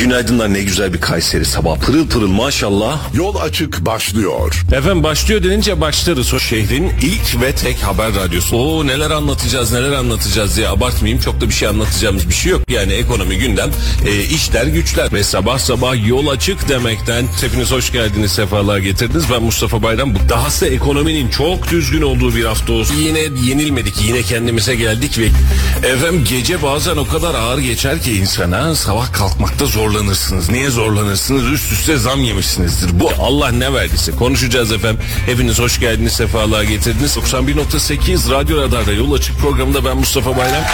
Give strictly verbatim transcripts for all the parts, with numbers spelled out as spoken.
Günaydınlar, ne güzel bir Kayseri sabah, pırıl pırıl maşallah. Yol açık başlıyor. Efendim başlıyor denince başlarız. O şehrin ilk ve tek haber radyosu. Oo, neler anlatacağız neler anlatacağız diye abartmayayım. Çok da bir şey anlatacağımız bir şey yok. Yani ekonomi, gündem, e, işler güçler ve sabah sabah yol açık demekten hepiniz hoş geldiniz, sefalar getirdiniz. Ben Mustafa Bayram. Bu dahası ekonominin çok düzgün olduğu bir hafta olsun. Yine yenilmedik, yine kendimize geldik ve efendim gece bazen o kadar ağır geçer ki insana, sabah kalkmakta zorlanırsınız. Niye zorlanırsınız? Üst üste zam yemişsinizdir. Bu Allah ne verdiyse. Konuşacağız efendim. Hepiniz hoş geldiniz, sefalar getirdiniz. doksan bir nokta sekiz Radyo Radar'da Yol Açık programında ben Mustafa Bayram.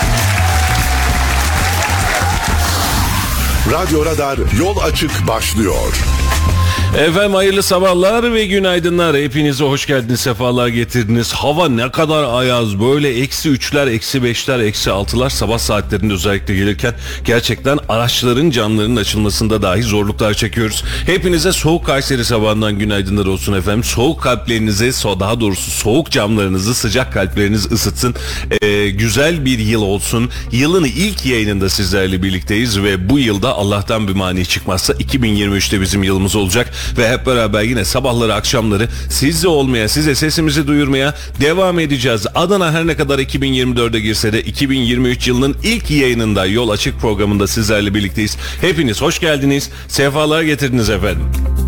Radyo Radar Yol Açık başlıyor. Efendim hayırlı sabahlar ve günaydınlar. Hepinize hoş geldiniz, sefalar getirdiniz. Hava ne kadar ayaz, böyle eksi üçler, eksi beşler, eksi altılar sabah saatlerinde özellikle gelirken gerçekten araçların camlarının açılmasında dahi zorluklar çekiyoruz. Hepinize soğuk Kayseri sabahından günaydınlar olsun efendim. Soğuk kalplerinizi, daha doğrusu soğuk camlarınızı sıcak kalpleriniz ısıtsın. Ee, güzel bir yıl olsun. Yılın ilk yayınında sizlerle birlikteyiz ve bu yılda Allah'tan bir mani çıkmazsa iki bin yirmi üçte bizim yılımız olacak. Ve hep beraber yine sabahları akşamları sizle olmaya, size sesimizi duyurmaya devam edeceğiz. Adana her ne kadar iki bin yirmi dörde girse de iki bin yirmi üç yılının ilk yayınında Yol Açık programında sizlerle birlikteyiz. Hepiniz hoş geldiniz, sefalar getirdiniz efendim.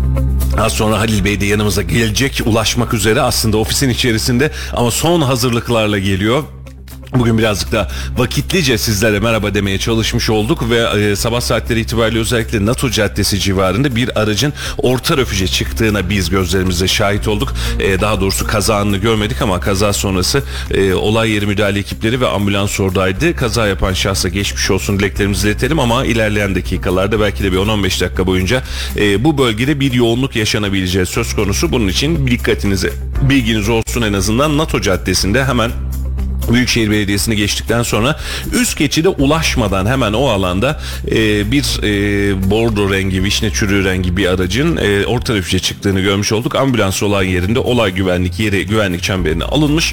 Az sonra Halil Bey de yanımıza gelecek, ulaşmak üzere aslında ofisin içerisinde ama son hazırlıklarla geliyor. Bugün birazcık da vakitlice sizlere merhaba demeye çalışmış olduk ve e, sabah saatleri itibariyle özellikle NATO Caddesi civarında bir aracın orta refüje çıktığına biz gözlerimizle şahit olduk. E, daha doğrusu kaza anını görmedik ama kaza sonrası e, olay yeri müdahale ekipleri ve ambulans oradaydı. Kaza yapan şahsa geçmiş olsun dileklerimizi iletelim ama ilerleyen dakikalarda belki de bir on on beş dakika boyunca e, bu bölgede bir yoğunluk yaşanabileceği söz konusu. Bunun için dikkatinize, bilginiz olsun en azından. NATO Caddesi'nde hemen Büyükşehir Belediyesi'ni geçtikten sonra üst geçide ulaşmadan hemen o alanda e, bir e, bordo rengi, vişne çürüğü rengi bir aracın e, orta refüje çıktığını görmüş olduk. Ambulans olay yerinde, olay güvenlik yeri, güvenlik çemberine alınmış.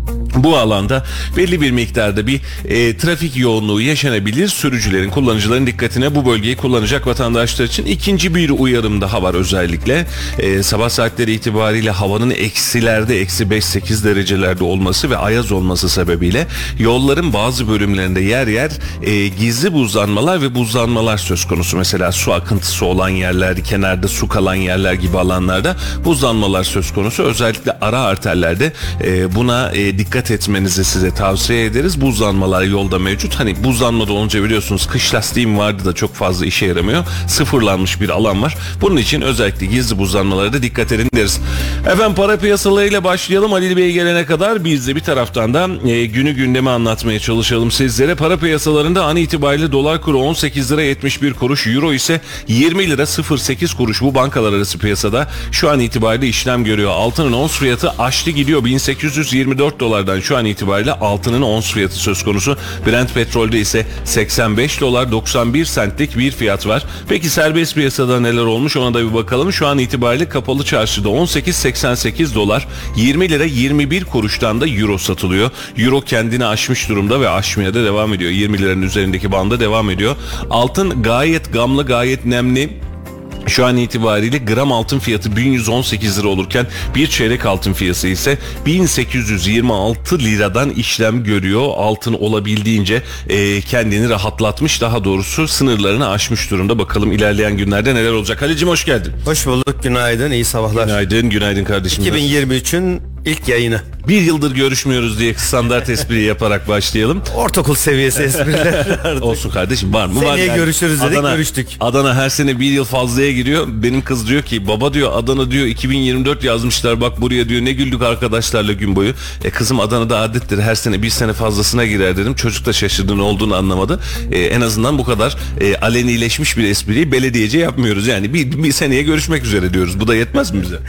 Bu alanda belli bir miktarda bir e, trafik yoğunluğu yaşanabilir. Sürücülerin, kullanıcıların dikkatine bu bölgeyi kullanacak vatandaşlar için ikinci bir uyarım daha var özellikle. E, sabah saatleri itibariyle havanın eksilerde, eksi beş sekiz derecelerde olması ve ayaz olması sebebiyle yolların bazı bölümlerinde yer yer e, gizli buzlanmalar ve buzlanmalar söz konusu. Mesela su akıntısı olan yerler, kenarda su kalan yerler gibi alanlarda buzlanmalar söz konusu. Özellikle ara arterlerde e, buna e, dikkat etmenizi size tavsiye ederiz. Buzlanmalar yolda mevcut. Hani buzlanma da olunca biliyorsunuz kış lastiğim vardı da çok fazla işe yaramıyor. Sıfırlanmış bir alan var. Bunun için özellikle gizli buzlanmalara da dikkat edin deriz. Efendim para piyasalarıyla başlayalım. Halil Bey gelene kadar biz de bir taraftan da e, günü gündemi anlatmaya çalışalım sizlere. Para piyasalarında an itibariyle dolar kuru on sekiz lira yetmiş bir kuruş, euro ise yirmi lira sıfır sekiz kuruş. Bu bankalar arası piyasada şu an itibariyle işlem görüyor. Altının ons fiyatı aştı gidiyor. bin sekiz yüz yirmi dört dolardan şu an itibariyle altının ons fiyatı söz konusu. Brent petrolde ise seksen beş dolar doksan bir sentlik bir fiyat var. Peki serbest piyasada neler olmuş ona da bir bakalım. Şu an itibariyle kapalı çarşıda on sekiz seksen sekiz dolar yirmi lira yirmi bir kuruştan da euro satılıyor. Euro kendini aşmış durumda ve aşmaya da devam ediyor. yirmi liranın üzerindeki banda devam ediyor. Altın gayet gamlı, gayet nemli. Şu an itibariyle gram altın fiyatı bin yüz on sekiz lira olurken bir çeyrek altın fiyatı ise bin sekiz yüz yirmi altı liradan işlem görüyor. Altın olabildiğince e, kendini rahatlatmış, daha doğrusu sınırlarını aşmış durumda. Bakalım ilerleyen günlerde neler olacak. Halicim hoş geldin. Hoş bulduk, günaydın, iyi sabahlar. Günaydın, günaydın kardeşim. iki bin yirmi üçün ilk yayını. Bir yıldır görüşmüyoruz diye standart espri yaparak başlayalım. Ortaokul seviyesi espriler. Olsun kardeşim, var mı? Seneye var görüşürüz dedik, Adana, görüştük. Adana her sene bir yıl fazlaya giriyor. Benim kız diyor ki baba diyor Adana diyor iki bin yirmi dört yazmışlar bak buraya diyor, ne güldük arkadaşlarla gün boyu. E kızım Adana'da adettir her sene bir sene fazlasına girer dedim. Çocuk da şaşırdı, ne olduğunu anlamadı. E, en azından bu kadar e, alenileşmiş bir espriyi belediyece yapmıyoruz. Yani bir, bir seneye görüşmek üzere diyoruz. Bu da yetmez mi bize?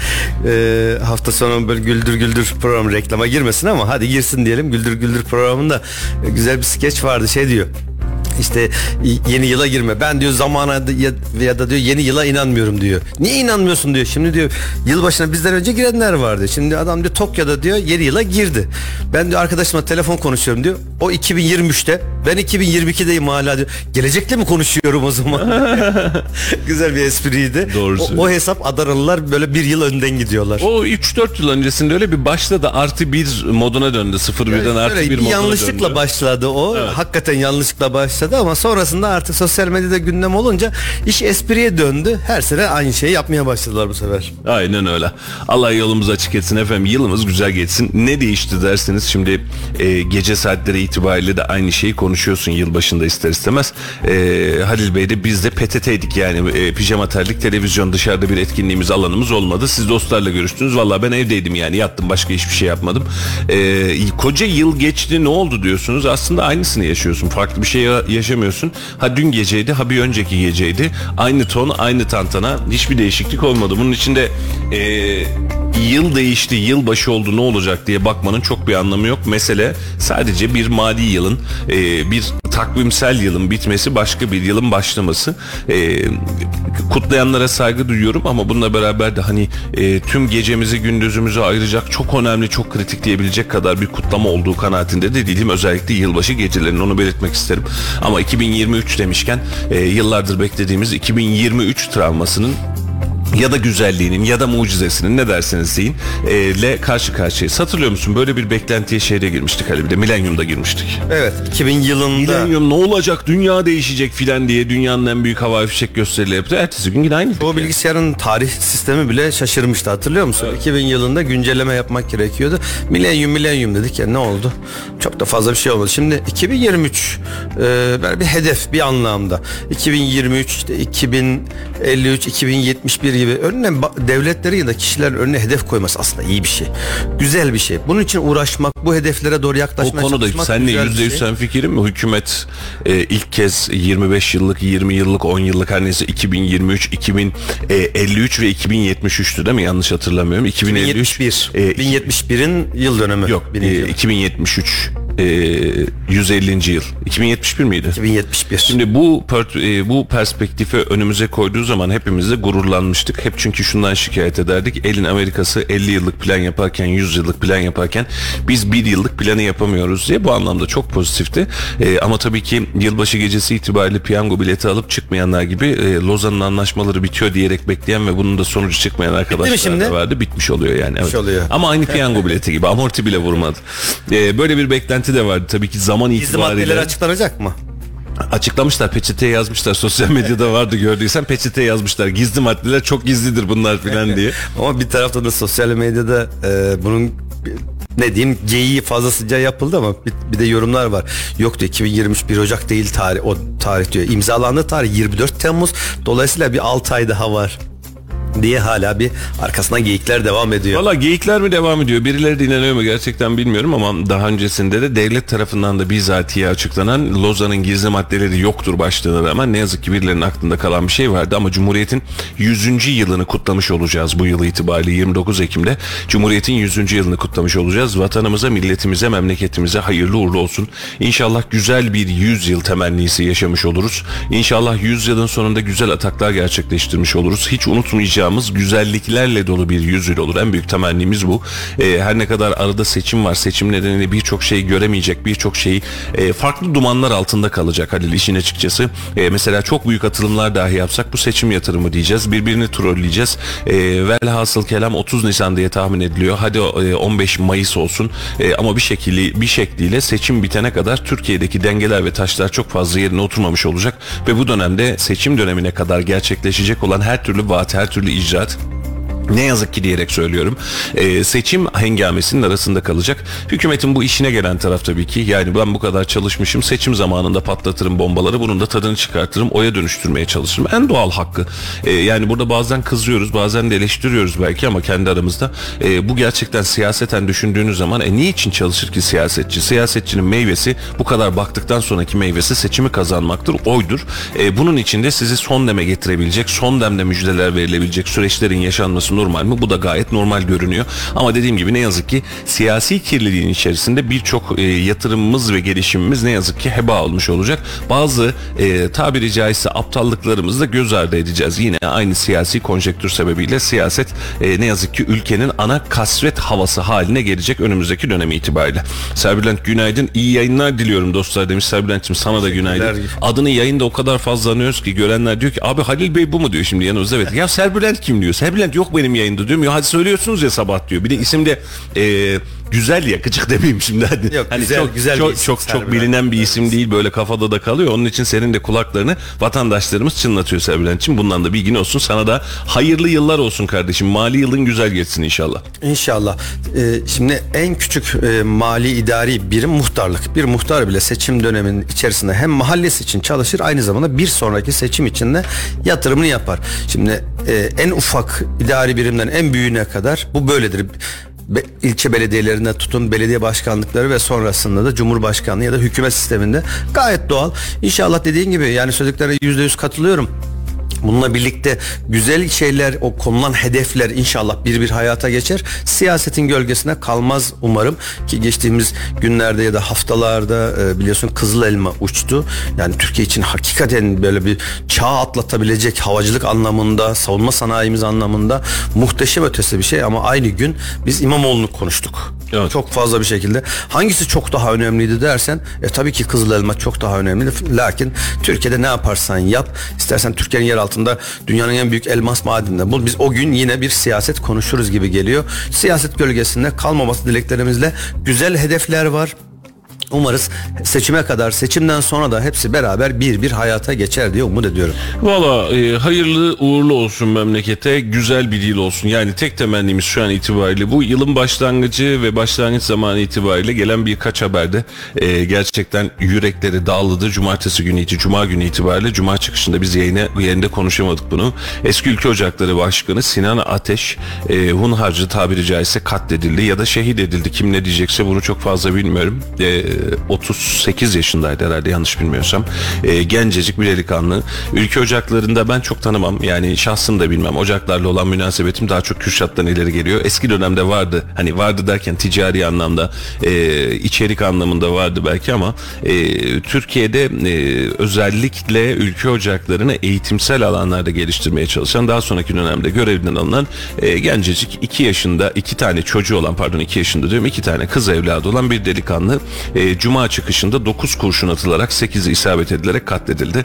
E, hafta sonu böyle güldür güldür program reklama girmesin ama hadi girsin diyelim. Güldür güldür programında güzel bir skeç vardı, şey diyor. işte yeni yıla girme. Ben diyor zamana ya, ya da diyor yeni yıla inanmıyorum diyor. Niye inanmıyorsun diyor. Şimdi diyor yılbaşına bizden önce girenler vardı. Şimdi adam diyor Tokyo'da diyor yeni yıla girdi. Ben diyor arkadaşımla telefon konuşuyorum diyor. O iki bin yirmi üçte, ben iki bin yirmi ikideyim hala diyor. Gelecekle mi konuşuyorum o zaman? Güzel bir espriydi. Doğru o, o hesap Adanalılar böyle bir yıl önden gidiyorlar. O üç dört yıl öncesinde öyle bir başladı, artı bir moduna döndü. sıfır birden Yani artı bir bir moduna yanlışlıkla döndü. başladı o. Evet. Hakikaten yanlışlıkla başladı ama sonrasında artık sosyal medyada gündem olunca iş espriye döndü. Her sene aynı şeyi yapmaya başladılar bu sefer. Aynen öyle. Allah yolumuzu açık etsin efendim. Yılımız güzel geçsin. Ne değişti derseniz şimdi e, gece saatleri itibariyle de aynı şeyi konuşuyorsun yılbaşında ister istemez. E, Halil Bey de biz de P T T'ydik yani e, pijama terlik, televizyon, dışarıda bir etkinliğimiz, alanımız olmadı. Siz dostlarla görüştünüz. Vallahi ben evdeydim yani, yattım, başka hiçbir şey yapmadım. E, koca yıl geçti, ne oldu diyorsunuz. Aslında aynısını yaşıyorsun. Farklı bir şey yaşamıyorsun. Ha dün geceydi, ha bir önceki geceydi. Aynı ton, aynı tantana. Hiçbir değişiklik olmadı. Bunun içinde e, yıl değişti, yılbaşı oldu, ne olacak diye bakmanın çok bir anlamı yok. Mesele sadece bir mali yılın, e, bir takvimsel yılın bitmesi, başka bir yılın başlaması. E, kutlayanlara saygı duyuyorum ama bununla beraber de hani e, tüm gecemizi gündüzümüzü ayıracak çok önemli, çok kritik diyebilecek kadar bir kutlama olduğu kanaatinde de değilim. Özellikle yılbaşı gecelerinin, onu belirtmek isterim. Ama iki bin yirmi üç demişken e, yıllardır beklediğimiz iki bin yirmi üç travmasının ya da güzelliğinin ya da mucizesinin, ne derseniz deyin, e, ile karşı karşıyayız. Hatırlıyor musun? Böyle bir beklentiye şehre girmiştik Ali, bir de Milenyum'da girmiştik. Evet, iki bin yılında. Milenyum ne olacak, dünya değişecek filan diye dünyanın en büyük havai fişek gösterileri yaptı. Ertesi gün yine aynı. O bilgisayarın tarih sistemi bile şaşırmıştı, hatırlıyor musun? Evet. iki bin yılında güncelleme yapmak gerekiyordu. Milenyum milenyum dedik ya, ne oldu? Çok da fazla bir şey olmadı. Şimdi iki bin yirmi üç e, böyle bir hedef, bir anlamda. iki bin yirmi üç işte iki bin elli üç, iki bin yetmiş bir gibi önüne devletlerin ya da kişilerin önüne hedef koyması aslında iyi bir şey. Güzel bir şey. Bunun için uğraşmak, bu hedeflere doğru yaklaşmaya o konuda çalışmak senle güzel yüzde yüz bir şey. sen fikrin mi? Hükümet e, ilk kez yirmi beş yıllık, yirmi yıllık, on yıllık, her neyse iki bin yirmi üç, iki bin elli üç ve iki bin yetmiş üçtü değil mi? Yanlış hatırlamıyorum. iki bin elli üç, iki bin yetmiş bir. E, iki bin yetmiş birin yıl dönümü. Yok, e, iki bin yetmiş üç e, yüz ellinci yıl. iki bin yetmiş bir miydi? iki bin yetmiş bir. Şimdi bu per, bu perspektifi önümüze koyduğu zaman hepimiz de gururlanmıştık. Hep çünkü şundan şikayet ederdik. Elin Amerikası elli yıllık plan yaparken, yüz yıllık plan yaparken biz bir yıllık planı yapamıyoruz diye. Bu anlamda çok pozitifti. E, ama tabii ki yılbaşı gecesi itibariyle piyango bileti alıp çıkmayanlar gibi e, Lozan'ın anlaşmaları bitiyor diyerek bekleyen ve bunun da sonucu çıkmayan arkadaşlar da vardı. Bitmiş oluyor yani. Bitmiş evet. oluyor. Ama aynı piyango bileti gibi amorti bile vurmadı. E, böyle bir beklenti de vardı tabii ki zaman Gizli itibariyle. maddeler açıklanacak mı? Açıklamışlar, peçeteye yazmışlar, sosyal medyada vardı gördüysen, peçeteye yazmışlar gizli maddeler çok gizlidir bunlar filan diye. Ama bir taraftan da sosyal medyada e, bunun ne diyeyim geyiği fazlasıyla yapıldı ama bir, bir de yorumlar var. Yok diyor iki bin yirmi üç bir Ocak değil tarih, o tarih diyor. İmzalandığı tarih yirmi dört Temmuz. Dolayısıyla bir altı ay daha var diye hala bir arkasından geyikler devam ediyor. Valla geyikler mi devam ediyor? Birileri de inanıyor mu gerçekten bilmiyorum ama daha öncesinde de devlet tarafından da bizatihi açıklanan Lozan'ın gizli maddeleri yoktur başlığına rağmen ne yazık ki birilerinin aklında kalan bir şey vardı ama Cumhuriyet'in yüzüncü yılını kutlamış olacağız bu yıl itibariyle. yirmi dokuz Ekim'de Cumhuriyet'in yüzüncü yılını kutlamış olacağız. Vatanımıza, milletimize, memleketimize hayırlı uğurlu olsun. İnşallah güzel bir yüz yıl temennisi yaşamış oluruz. İnşallah yüz yılın sonunda güzel ataklar gerçekleştirmiş oluruz. Hiç unutmayacağım güzelliklerle dolu bir yüzyıl olur. En büyük temennimiz bu. E, her ne kadar arada seçim var. Seçim nedeniyle birçok şeyi göremeyecek, birçok şeyi e, farklı dumanlar altında kalacak Halil, işin açıkçası. E, mesela çok büyük atılımlar dahi yapsak bu seçim yatırımı diyeceğiz. Birbirini trolleyeceğiz. E, velhasıl kelam otuz Nisan diye tahmin ediliyor. Hadi e, on beş Mayıs olsun. E, ama bir şekilde bir şekliyle seçim bitene kadar Türkiye'deki dengeler ve taşlar çok fazla yerine oturmamış olacak ve bu dönemde seçim dönemine kadar gerçekleşecek olan her türlü vaat, her türlü icraat, ne yazık ki diyerek söylüyorum, e, seçim hengamesinin arasında kalacak. Hükümetin bu işine gelen taraf tabii ki, yani ben bu kadar çalışmışım, seçim zamanında patlatırım bombaları, bunun da tadını çıkartırım, oya dönüştürmeye çalışırım. En doğal hakkı. E, yani burada bazen kızıyoruz, bazen de eleştiriyoruz belki ama kendi aramızda. E, bu gerçekten siyaseten düşündüğünüz zaman e, niçin çalışır ki siyasetçi? Siyasetçinin meyvesi, bu kadar baktıktan sonraki meyvesi seçimi kazanmaktır, oydur. E, bunun içinde sizi son deme getirebilecek, son demde müjdeler verilebilecek süreçlerin yaşanmasını olması normal mi? Bu da gayet normal görünüyor. Ama dediğim gibi ne yazık ki siyasi kirliliğin içerisinde birçok e, yatırımımız ve gelişimimiz ne yazık ki heba olmuş olacak. Bazı e, tabiri caizse aptallıklarımızı da göz ardı edeceğiz. Yine aynı siyasi konjektür sebebiyle siyaset e, ne yazık ki ülkenin ana kasvet havası haline gelecek önümüzdeki dönem itibariyle. Serbülent günaydın, iyi yayınlar diliyorum dostlar demiş. Serbülent'ciğim sana da günaydın. Adını yayında o kadar fazla anıyoruz ki görenler diyor ki abi Halil Bey bu mu diyor şimdi yanımızda. Evet. Ya Serbülent kim diyor. Serbülent yok benim yayında diyorum. Ya hadi söylüyorsunuz ya sabah diyor. Bir de isim de e, güzel ya, gıcık demeyeyim şimdi hadi. Yok, hani güzel, çok güzel çok bir isim, çok, çok Serbülent. bilinen bir isim değil, böyle kafada da kalıyor. Onun için senin de kulaklarını vatandaşlarımız çınlatıyor Serbülent'ciğim. Bundan da bilgin olsun. Sana da hayırlı yıllar olsun kardeşim. Mali yılın güzel geçsin inşallah. İnşallah. Ee, şimdi en küçük e, mali idari birim muhtarlık. Bir muhtar bile seçim döneminin içerisinde hem mahallesi için çalışır, aynı zamanda bir sonraki seçim için de yatırımını yapar. Şimdi e, en ufak idari birimden en büyüğüne kadar bu böyledir. Be, ilçe belediyelerinde tutun belediye başkanlıkları ve sonrasında da cumhurbaşkanlığı ya da hükümet sisteminde gayet doğal. İnşallah dediğin gibi, yani söylediklerine yüzde yüz katılıyorum. Bununla birlikte güzel şeyler, o konulan hedefler inşallah bir bir hayata geçer. Siyasetin gölgesine kalmaz umarım ki geçtiğimiz günlerde ya da haftalarda biliyorsun Kızıl Elma uçtu. Yani Türkiye için hakikaten böyle bir çağ atlatabilecek, havacılık anlamında, savunma sanayimiz anlamında muhteşem ötesi bir şey, ama aynı gün biz İmamoğlu'nu konuştuk. Evet. Çok fazla bir şekilde. Hangisi çok daha önemliydi dersen, e tabii ki Kızıl Elma çok daha önemliydi. Lakin Türkiye'de ne yaparsan yap, istersen Türkiye'nin yer altında dünyanın en büyük elmas madeninde bul, biz o gün yine bir siyaset konuşuruz gibi geliyor. Siyaset gölgesinde kalmaması dileklerimizle, güzel hedefler var. Umarız seçime kadar, seçimden sonra da hepsi beraber bir bir hayata geçer diye umut ediyorum. Valla e, hayırlı uğurlu olsun memlekete, güzel bir yıl olsun. Yani tek temennimiz şu an itibariyle bu yılın başlangıcı ve başlangıç zamanı itibariyle gelen birkaç haberde e, gerçekten yürekleri dağladı. Cumartesi günü iti, Cuma günü itibariyle, Cuma çıkışında biz yayına, yayında konuşamadık bunu. Eski Ülke Ocakları Başkanı Sinan Ateş e, hunharca tabiri caizse katledildi ya da şehit edildi. Kim ne diyecekse bunu çok fazla bilmiyorum. E, otuz sekiz yaşındaydı herhalde, yanlış bilmiyorsam. E, gencecik bir delikanlı. Ülke Ocakları'nda ben çok tanımam. Yani şahsım da bilmem. Ocaklarla olan münasebetim daha çok Kürşat'tan ileri geliyor. Eski dönemde vardı. Hani vardı derken ticari anlamda, e, içerik anlamında vardı belki, ama e, Türkiye'de e, özellikle Ülke Ocakları'nı eğitimsel alanlarda geliştirmeye çalışan, daha sonraki dönemde görevinden alınan e, gencecik iki yaşında iki tane çocuğu olan, pardon iki yaşında diyorum, iki tane kız evladı olan bir delikanlı e, Cuma çıkışında dokuz kurşun atılarak sekizi isabet edilerek katledildi.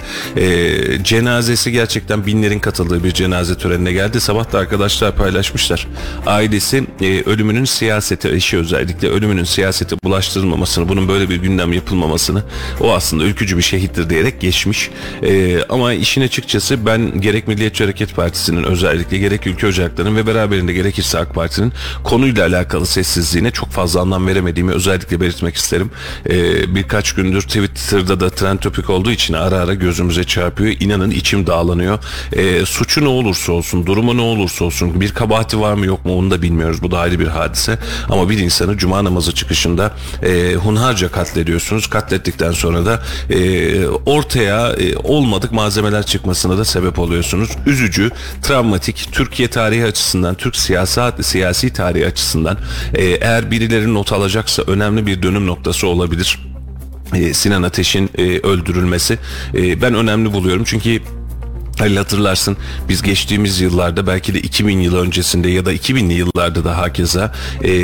E, cenazesi gerçekten binlerin katıldığı bir cenaze törenine geldi. Sabah da arkadaşlar paylaşmışlar. Ailesi e, ölümünün siyasete, eşi özellikle ölümünün siyasete bulaştırılmamasını, bunun böyle bir gündem yapılmamasını, o aslında ülkücü bir şehittir diyerek geçmiş. E, ama işin açıkçası ben gerek Milliyetçi Hareket Partisi'nin, özellikle gerek Ülke Ocakları'nın ve beraberinde gerekirse AK Parti'nin konuyla alakalı sessizliğine çok fazla anlam veremediğimi özellikle belirtmek isterim. Ee, birkaç gündür Twitter'da da trend topik olduğu için ara ara gözümüze çarpıyor. İnanın içim dağlanıyor. Ee, suçu ne olursa olsun, durumu ne olursa olsun, bir kabahati var mı yok mu onu da bilmiyoruz. Bu da ayrı bir hadise. Ama bir insanı Cuma namazı çıkışında e, hunharca katlediyorsunuz. Katlettikten sonra da e, ortaya e, olmadık malzemeler çıkmasına da sebep oluyorsunuz. Üzücü, travmatik, Türkiye tarihi açısından, Türk siyasi, siyasi tarihi açısından e, eğer birileri not alacaksa önemli bir dönüm noktası olabilir. Ee, Sinan Ateş'in e, öldürülmesi e, ben önemli buluyorum, çünkü Halil hatırlarsın, biz geçtiğimiz yıllarda, belki de iki bin yıl öncesinde ya da iki binli yıllarda da hakeza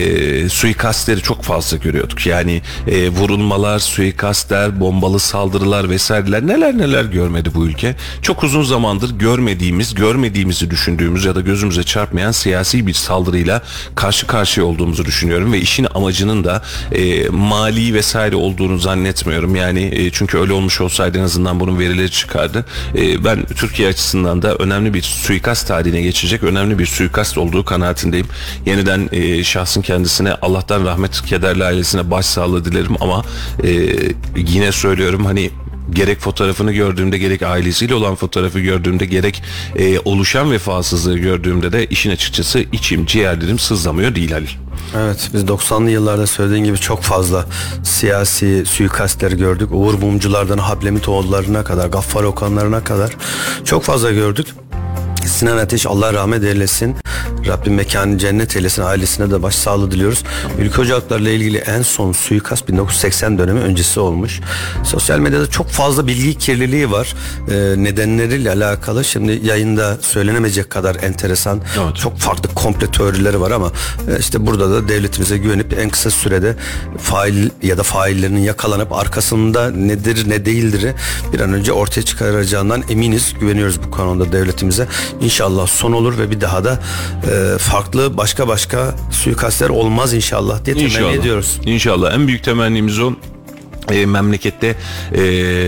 e, suikastleri çok fazla görüyorduk. Yani e, vurulmalar, suikastler, bombalı saldırılar vesaireler, neler neler görmedi bu ülke. Çok uzun zamandır görmediğimiz, görmediğimizi düşündüğümüz ya da gözümüze çarpmayan siyasi bir saldırıyla karşı karşıya olduğumuzu düşünüyorum ve işin amacının da e, mali vesaire olduğunu zannetmiyorum. Yani e, çünkü öyle olmuş olsaydı en azından bunun verileri çıkardı. E, ben Türkiye açısından da önemli bir suikast tarihine geçecek önemli bir suikast olduğu kanaatindeyim. Yeniden e, şahsın kendisine Allah'tan rahmet, kederli ailesine başsağlığı dilerim, ama e, yine söylüyorum, hani gerek fotoğrafını gördüğümde, gerek ailesiyle olan fotoğrafı gördüğümde, gerek e, oluşan vefasızlığı gördüğümde de işin açıkçası içim, ciğerlerim sızlamıyor değil Halil. Evet, biz doksanlı yıllarda söylediğin gibi çok fazla siyasi suikastler gördük. Uğur Mumculardan Hablemitoğullarına kadar, Gaffar Okanlarına kadar çok fazla gördük. Sinan Ateş Allah rahmet eylesin. Rabbim mekanı cennet eylesin, ailesine de başsağlığı diliyoruz. Ülke ocaklarıyla ilgili en son suikast bin dokuz yüz seksen dönemi öncesi olmuş. Sosyal medyada çok fazla bilgi kirliliği var. Ee, nedenleriyle alakalı şimdi yayında söylenemeyecek kadar enteresan, evet. çok farklı komplo teorileri var ama e, işte burada da devletimize güvenip en kısa sürede fail ya da faillerinin yakalanıp arkasında nedir ne değildir bir an önce ortaya çıkaracağından eminiz. Güveniyoruz bu konuda devletimize. İnşallah son olur ve bir daha da e, farklı başka başka suikastler olmaz inşallah diye temenni İnşallah. ediyoruz. İnşallah. En büyük temennimiz o. E, memlekette e,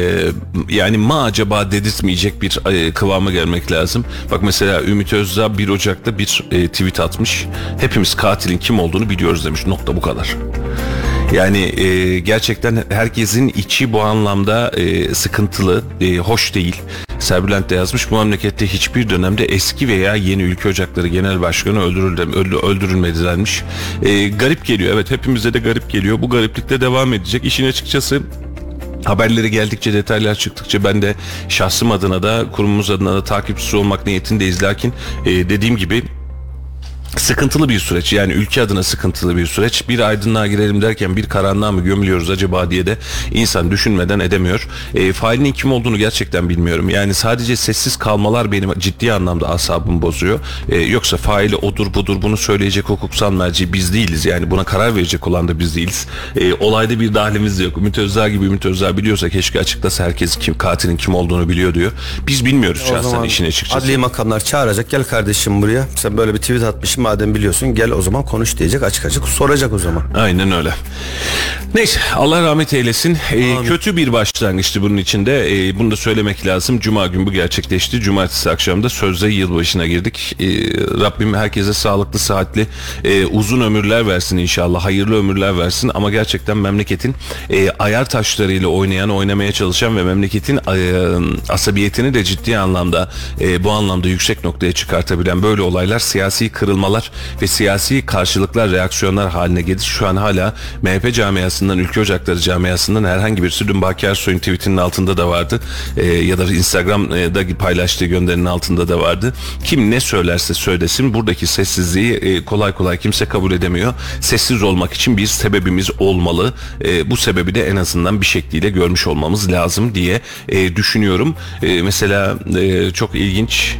yani ma acaba dedirtmeyecek bir e, kıvama gelmek lazım. Bak mesela Ümit Özdağ bir Ocak'ta bir e, tweet atmış. Hepimiz katilin kim olduğunu biliyoruz demiş. Nokta, bu kadar. Yani e, gerçekten herkesin içi bu anlamda e, sıkıntılı, e, hoş değil. Serbülent de yazmış, bu memlekette hiçbir dönemde eski veya yeni ülke ocakları genel başkanı öldürüldü, öldü, öldürülmedi denmiş. E, garip geliyor, evet, hepimize de garip geliyor. Bu gariplikte devam edecek. İşin açıkçası haberleri geldikçe, detaylar çıktıkça ben de şahsım adına da kurumumuz adına da takipçisi olmak niyetindeyiz. Lakin e, dediğim gibi sıkıntılı bir süreç, yani ülke adına sıkıntılı bir süreç. Bir aydınlığa girelim derken bir karanlığa mı gömülüyoruz acaba diye de insan düşünmeden edemiyor. E, failinin kim olduğunu gerçekten bilmiyorum. Yani sadece sessiz kalmalar benim ciddi anlamda asabımı bozuyor. E, yoksa faili odur budur bunu söyleyecek hukuksal merci biz değiliz. Yani buna karar verecek olan da biz değiliz. E, olayda bir dahlimiz de yok. Ümit Özdağ gibi Ümit Özdağ biliyorsa keşke açıklasa, herkes kim katilin kim olduğunu biliyor diyor. Biz bilmiyoruz şahsen işin açıkçası. Adli makamlar çağıracak, gel kardeşim buraya. Sen böyle bir tweet atmışsın, madem biliyorsun gel o zaman konuş diyecek, açık açık soracak o zaman. Aynen öyle. Neyse, Allah rahmet eylesin. Ee, kötü bir başlangıçtı bunun içinde. Ee, bunu da söylemek lazım. Cuma günü bu gerçekleşti. Cumartesi akşamında sözde yılbaşına girdik. Ee, Rabbim herkese sağlıklı, sıhhatli, e, uzun ömürler versin inşallah. Hayırlı ömürler versin. Ama gerçekten memleketin e, ayar taşlarıyla oynayan, oynamaya çalışan ve memleketin e, asabiyetini de ciddi anlamda e, bu anlamda yüksek noktaya çıkartabilen böyle olaylar, siyasi kırılmalar ve siyasi karşılıklar, reaksiyonlar haline gelir. Şu an hala M H P camiasından, Ülke Ocakları camiasından herhangi birisi, dün Baki Ersoy'un tweetinin altında da vardı ee, ya da Instagram'da paylaştığı gönderinin altında da vardı. Kim ne söylerse söylesin buradaki sessizliği e, kolay kolay kimse kabul edemiyor. Sessiz olmak için bir sebebimiz olmalı. E, bu sebebi de en azından bir şekliyle görmüş olmamız lazım diye e, düşünüyorum. E, mesela e, çok ilginç,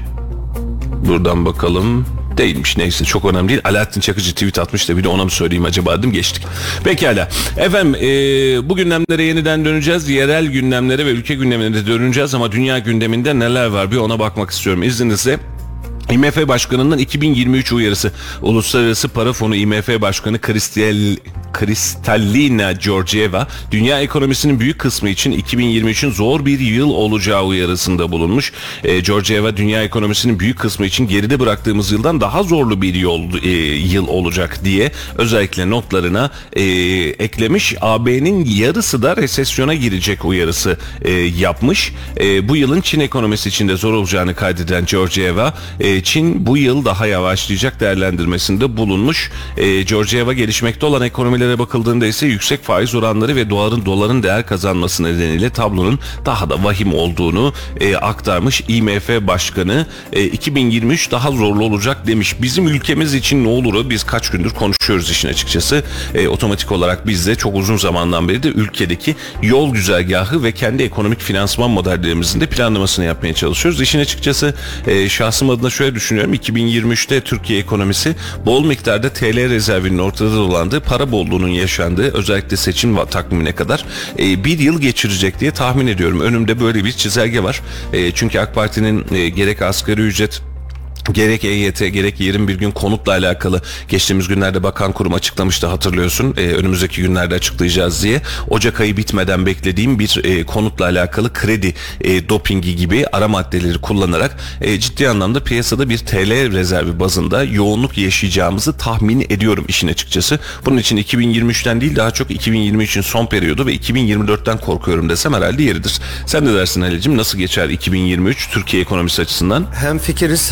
buradan bakalım. Değilmiş, neyse, çok önemli değil. Alaaddin Çakıcı tweet atmış da bir de ona mı söyleyeyim acaba dedim, geçtik. Pekala efendim, e, bu gündemlere yeniden döneceğiz. Yerel gündemlere ve ülke gündemine de döneceğiz ama dünya gündeminde neler var bir ona bakmak istiyorum izninizle. I M F Başkanı'nın iki bin yirmi üç uyarısı. Uluslararası Para Fonu I M F Başkanı Kristal, Kristalina Georgieva, dünya ekonomisinin büyük kısmı için iki bin yirmi üçün zor bir yıl olacağı uyarısında bulunmuş. E, Georgieva, dünya ekonomisinin büyük kısmı için geride bıraktığımız yıldan daha zorlu bir yol, e, yıl olacak diye özellikle notlarına e, eklemiş. A B'nin yarısı da resesyona girecek uyarısı e, yapmış. E, bu yılın Çin ekonomisi için de zor olacağını kaydeden Georgieva, e, Çin bu yıl daha yavaşlayacak değerlendirmesinde bulunmuş. E, Georgieva, gelişmekte olan ekonomilere bakıldığında ise yüksek faiz oranları ve doların doların değer kazanması nedeniyle tablonun daha da vahim olduğunu e, aktarmış. I M F Başkanı e, iki bin yirmi üç daha zorlu olacak demiş. Bizim ülkemiz için ne olur? Biz kaç gündür konuşuyoruz işin açıkçası. E, otomatik olarak biz de çok uzun zamandan beri de ülkedeki yol güzergahı ve kendi ekonomik finansman modellerimizin de planlamasını yapmaya çalışıyoruz. İşin açıkçası e, şahsım adına şöyle düşünüyorum. iki bin yirmi üçte Türkiye ekonomisi bol miktarda T L rezervinin ortada dolandığı, para bolluğunun yaşandığı, özellikle seçim takvimine kadar e, bir yıl geçirecek diye tahmin ediyorum. Önümde böyle bir çizelge var. E, çünkü AK Parti'nin e, gerek asgari ücret, gerek E Y T, gerek yirmi bir gün konutla alakalı geçtiğimiz günlerde bakan kurum açıklamıştı, hatırlıyorsun. Ee, önümüzdeki günlerde açıklayacağız diye. Ocak ayı bitmeden beklediğim bir e, konutla alakalı kredi e, dopingi gibi ara maddeleri kullanarak e, ciddi anlamda piyasada bir T L rezervi bazında yoğunluk yaşayacağımızı tahmin ediyorum işin açıkçası. Bunun için iki bin yirmi üçten değil, daha çok iki bin yirmi üçün son periyodu ve iki bin yirmi dörtten korkuyorum desem herhalde yeridir. Sen de dersin Halil'cim, nasıl geçer iki bin yirmi üç Türkiye ekonomisi açısından? Hem fikiriz, seçim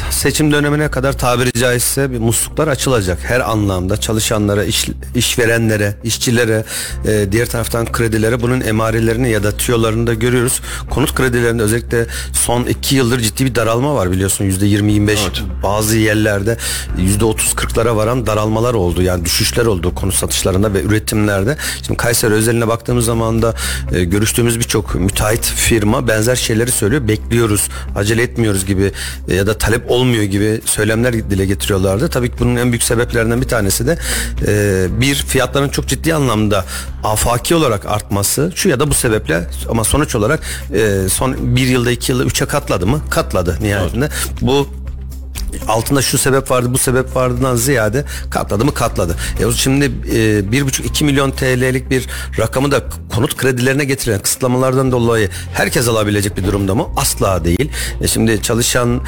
seçim dönemine kadar tabiri caizse bir musluklar açılacak. Her anlamda çalışanlara, iş, işverenlere, işçilere, e, diğer taraftan kredilere bunun emarelerini ya da tüyolarını da görüyoruz. Konut kredilerinde özellikle son iki yıldır ciddi bir daralma var biliyorsun. yüzde yirmi yirmi beş Evet. bazı yerlerde yüzde otuz kırklara varan daralmalar oldu. Yani düşüşler oldu konut satışlarında ve üretimlerde. Şimdi Kayseri özeline baktığımız zaman da e, görüştüğümüz birçok müteahhit firma benzer şeyleri söylüyor. Bekliyoruz, acele etmiyoruz gibi e, ya da talep olmuyor gibi söylemler dile getiriyorlardı. Tabii ki bunun en büyük sebeplerinden bir tanesi de e, bir fiyatların çok ciddi anlamda afaki olarak artması. Şu ya da bu sebeple ama sonuç olarak e, son bir yılda iki yılda üçe katladı mı? Katladı nihayetinde. Evet. Bu altında şu sebep vardı bu sebep vardından ziyade katladı mı katladı. E şimdi e, bir buçuk iki milyon T L'lik bir rakamı da konut kredilerine getiren kısıtlamalardan dolayı herkes alabilecek bir durumda mı? Asla değil. E şimdi çalışan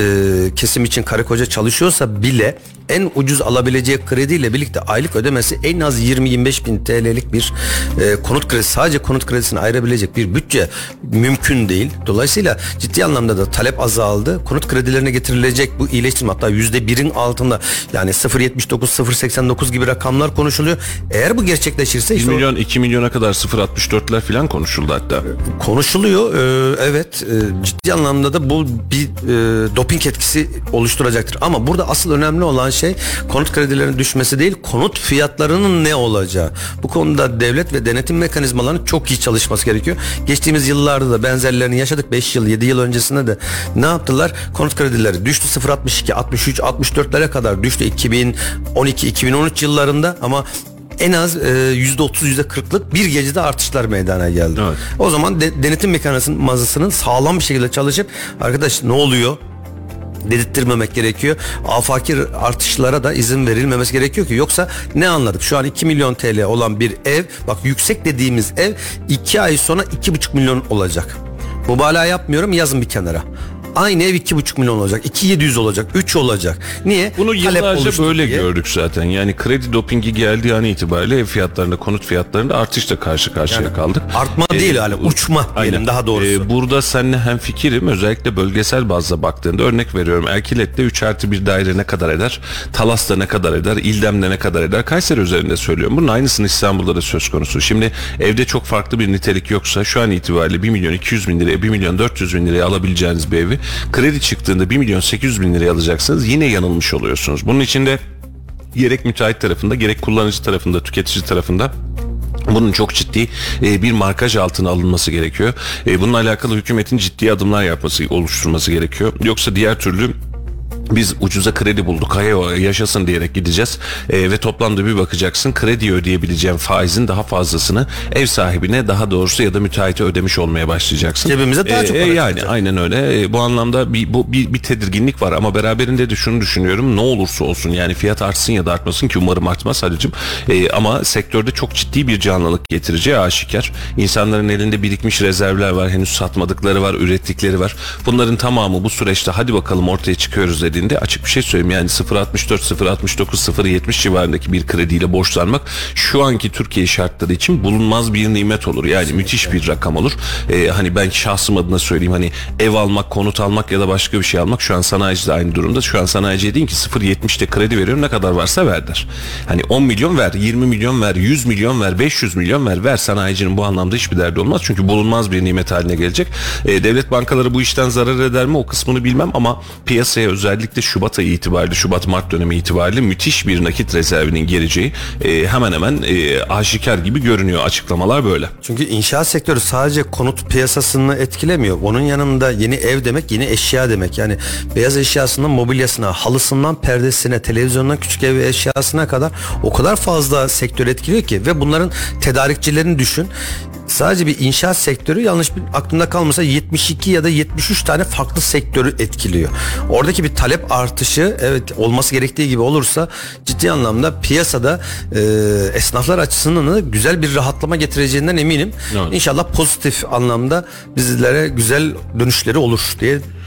e, kesim için karı koca çalışıyorsa bile en ucuz alabileceği krediyle birlikte aylık ödemesi en az yirmi yirmi beş bin T L'lik bir e, konut kredisi, sadece konut kredisini ayırabilecek bir bütçe mümkün değil. Dolayısıyla ciddi anlamda da talep azaldı. Konut kredilerine getirilecek bu iyileştirme hatta yüzde birin altında yani sıfır virgül yetmiş dokuz sıfır virgül seksen dokuz gibi rakamlar konuşuluyor. Eğer bu gerçekleşirse bir işte milyon iki milyona kadar sıfır virgül altmış dörtler falan konuşuldu hatta. Konuşuluyor. Ee, evet e, ciddi anlamda da bu bir e, doping etkisi oluşturacaktır. Ama burada asıl önemli olan şey konut kredilerinin düşmesi değil, konut fiyatlarının ne olacağı. Bu konuda devlet ve denetim mekanizmalarının çok iyi çalışması gerekiyor. Geçtiğimiz yıllarda da benzerlerini yaşadık. beş yıl yedi yıl öncesinde de ne yaptılar? Konut kredileri düştü sıfır virgül altmış iki altmış üç altmış dörtlere kadar düştü iki bin on iki iki bin on üç yıllarında ama en az yüzde otuz yüzde kırklık bir gecede artışlar meydana geldi. Evet. O zaman de, denetim mekanizmasının sağlam bir şekilde çalışıp arkadaş ne oluyor dedirttirmemek gerekiyor. Afaki artışlara da izin verilmemesi gerekiyor ki yoksa ne anladık? Şu an iki milyon T L olan bir ev, bak yüksek dediğimiz ev iki ay sonra iki buçuk milyon olacak. Mübalağa yapmıyorum, yazın bir kenara. Aynı ev iki buçuk milyon olacak. iki bin yedi yüz olacak. üç olacak. Niye? Bunu yıllarca böyle diye. gördük zaten. Yani kredi dopingi geldiği an itibariyle ev fiyatlarında, konut fiyatlarında artışla karşı karşıya yani, kaldık. Artma ee, değil yani uçma diyelim aynen. Daha doğrusu. Ee, burada seninle hemfikirim. Özellikle bölgesel bazda baktığında örnek veriyorum. Erkilet'te üç artı bir daire ne kadar eder? Talas'ta ne kadar eder? İldem'de ne kadar eder? Kayseri üzerinde söylüyorum. Bunun aynısını İstanbul'da da söz konusu. Şimdi evde çok farklı bir nitelik yoksa şu an itibariyle bir milyon iki yüz bin liraya, bir milyon dört yüz bin liraya alabileceğiniz bir evi kredi çıktığında bir milyon sekiz yüz bin liraya alacaksınız. Yine yanılmış oluyorsunuz. Bunun için de gerek müteahhit tarafında gerek kullanıcı tarafında, tüketici tarafında bunun çok ciddi e, bir markaj altına alınması gerekiyor. E, bununla alakalı hükümetin ciddi adımlar yapması, oluşturması gerekiyor. Yoksa diğer türlü biz ucuza kredi bulduk, hayır yaşasın diyerek gideceğiz e, ve toplamda bir bakacaksın krediye ödeyebileceğin faizin daha fazlasını ev sahibine, daha doğrusu ya da müteahhite ödemiş olmaya başlayacaksın. Cebimize daha çok e, para yani çıkacak. aynen öyle. E, bu anlamda bir, bu, bir, bir tedirginlik var ama beraberinde de şunu düşünüyorum, ne olursa olsun yani fiyat artsın ya da artmasın ki umarım artmaz Halicim e, ama sektörde çok ciddi bir canlılık getireceği aşikar. İnsanların elinde birikmiş rezervler var, henüz satmadıkları var, ürettikleri var. Bunların tamamı bu süreçte hadi bakalım ortaya çıkıyoruz dediğinde açık bir şey söyleyeyim yani sıfır virgül altmış dört sıfır virgül altmış dokuz sıfır virgül yetmiş civarındaki bir krediyle borçlanmak şu anki Türkiye şartları için bulunmaz bir nimet olur. Yani kesinlikle müthiş bir rakam olur. Ee, hani ben şahsım adına söyleyeyim, hani ev almak, konut almak ya da başka bir şey almak, şu an sanayici de aynı durumda. Şu an sanayiciye deyin ki sıfır virgül yetmişte kredi veriyorum, ne kadar varsa ver der. Hani on milyon ver, yirmi milyon ver, yüz milyon ver, beş yüz milyon ver, ver. Sanayicinin bu anlamda hiçbir derdi olmaz. Çünkü bulunmaz bir nimet haline gelecek. Ee, devlet bankaları bu işten zarar eder mi? O kısmını bilmem ama piyasaya özellikle Şubat ayı itibariyle, Şubat-Mart dönemi itibariyle müthiş bir nakit rezervinin geleceği e, hemen hemen e, aşikar gibi görünüyor. Açıklamalar böyle. Çünkü inşaat sektörü sadece konut piyasasını etkilemiyor. Onun yanında yeni ev demek, yeni eşya demek. Yani beyaz eşyasından mobilyasına, halısından perdesine, televizyondan küçük ev eşyasına kadar o kadar fazla sektör etkiliyor ki ve bunların tedarikçilerini düşün. Sadece bir inşaat sektörü, yanlış bir aklımda kalmasa yetmiş iki ya da yetmiş üç tane farklı sektörü etkiliyor. Oradaki bir talep artışı evet olması gerektiği gibi olursa ciddi anlamda piyasada e, esnaflar açısından da güzel bir rahatlama getireceğinden eminim. Evet. İnşallah pozitif anlamda bizlere güzel dönüşleri olur diye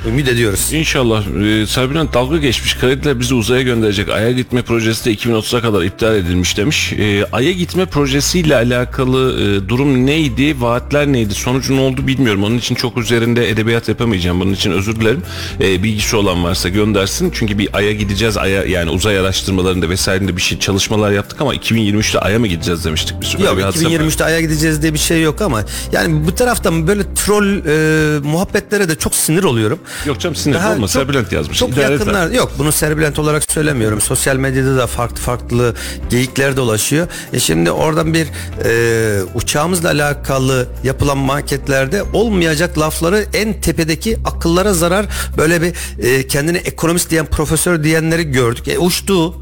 Ümit ediyoruz. İnşallah. Ee, Serbülent dalga geçmiş. Krediler bizi uzaya gönderecek. Ay'a gitme projesi de iki bin otuza kadar iptal edilmiş demiş. Ee, Ay'a gitme projesiyle alakalı e, durum neydi? Vaatler neydi? Sonucu ne oldu bilmiyorum. Onun için çok üzerinde edebiyat yapamayacağım. Bunun için özür dilerim. Ee, bilgisi olan varsa göndersin. Çünkü bir Ay'a gideceğiz. Ay'a yani uzay araştırmalarında vesairinde bir şey çalışmalar yaptık ama iki bin yirmi üçte Ay'a mı gideceğiz demiştik. Bir Yok bir iki bin yirmi üçte Ay'a gideceğiz diye bir şey yok ama yani bu taraftan böyle troll e, muhabbetlere de çok sinir oluyorum. Yok canım sinir Daha olma. çok- Serbülent yazmış. Çok İdare et yakınlar. lan. Yok bunu Serbülent olarak söylemiyorum. Sosyal medyada da farklı farklı geyikler dolaşıyor. E şimdi oradan bir e, uçağımızla alakalı yapılan manketlerde olmayacak lafları en tepedeki akıllara zarar böyle bir e, kendine ekonomist diyen profesör diyenleri gördük. E uçtu.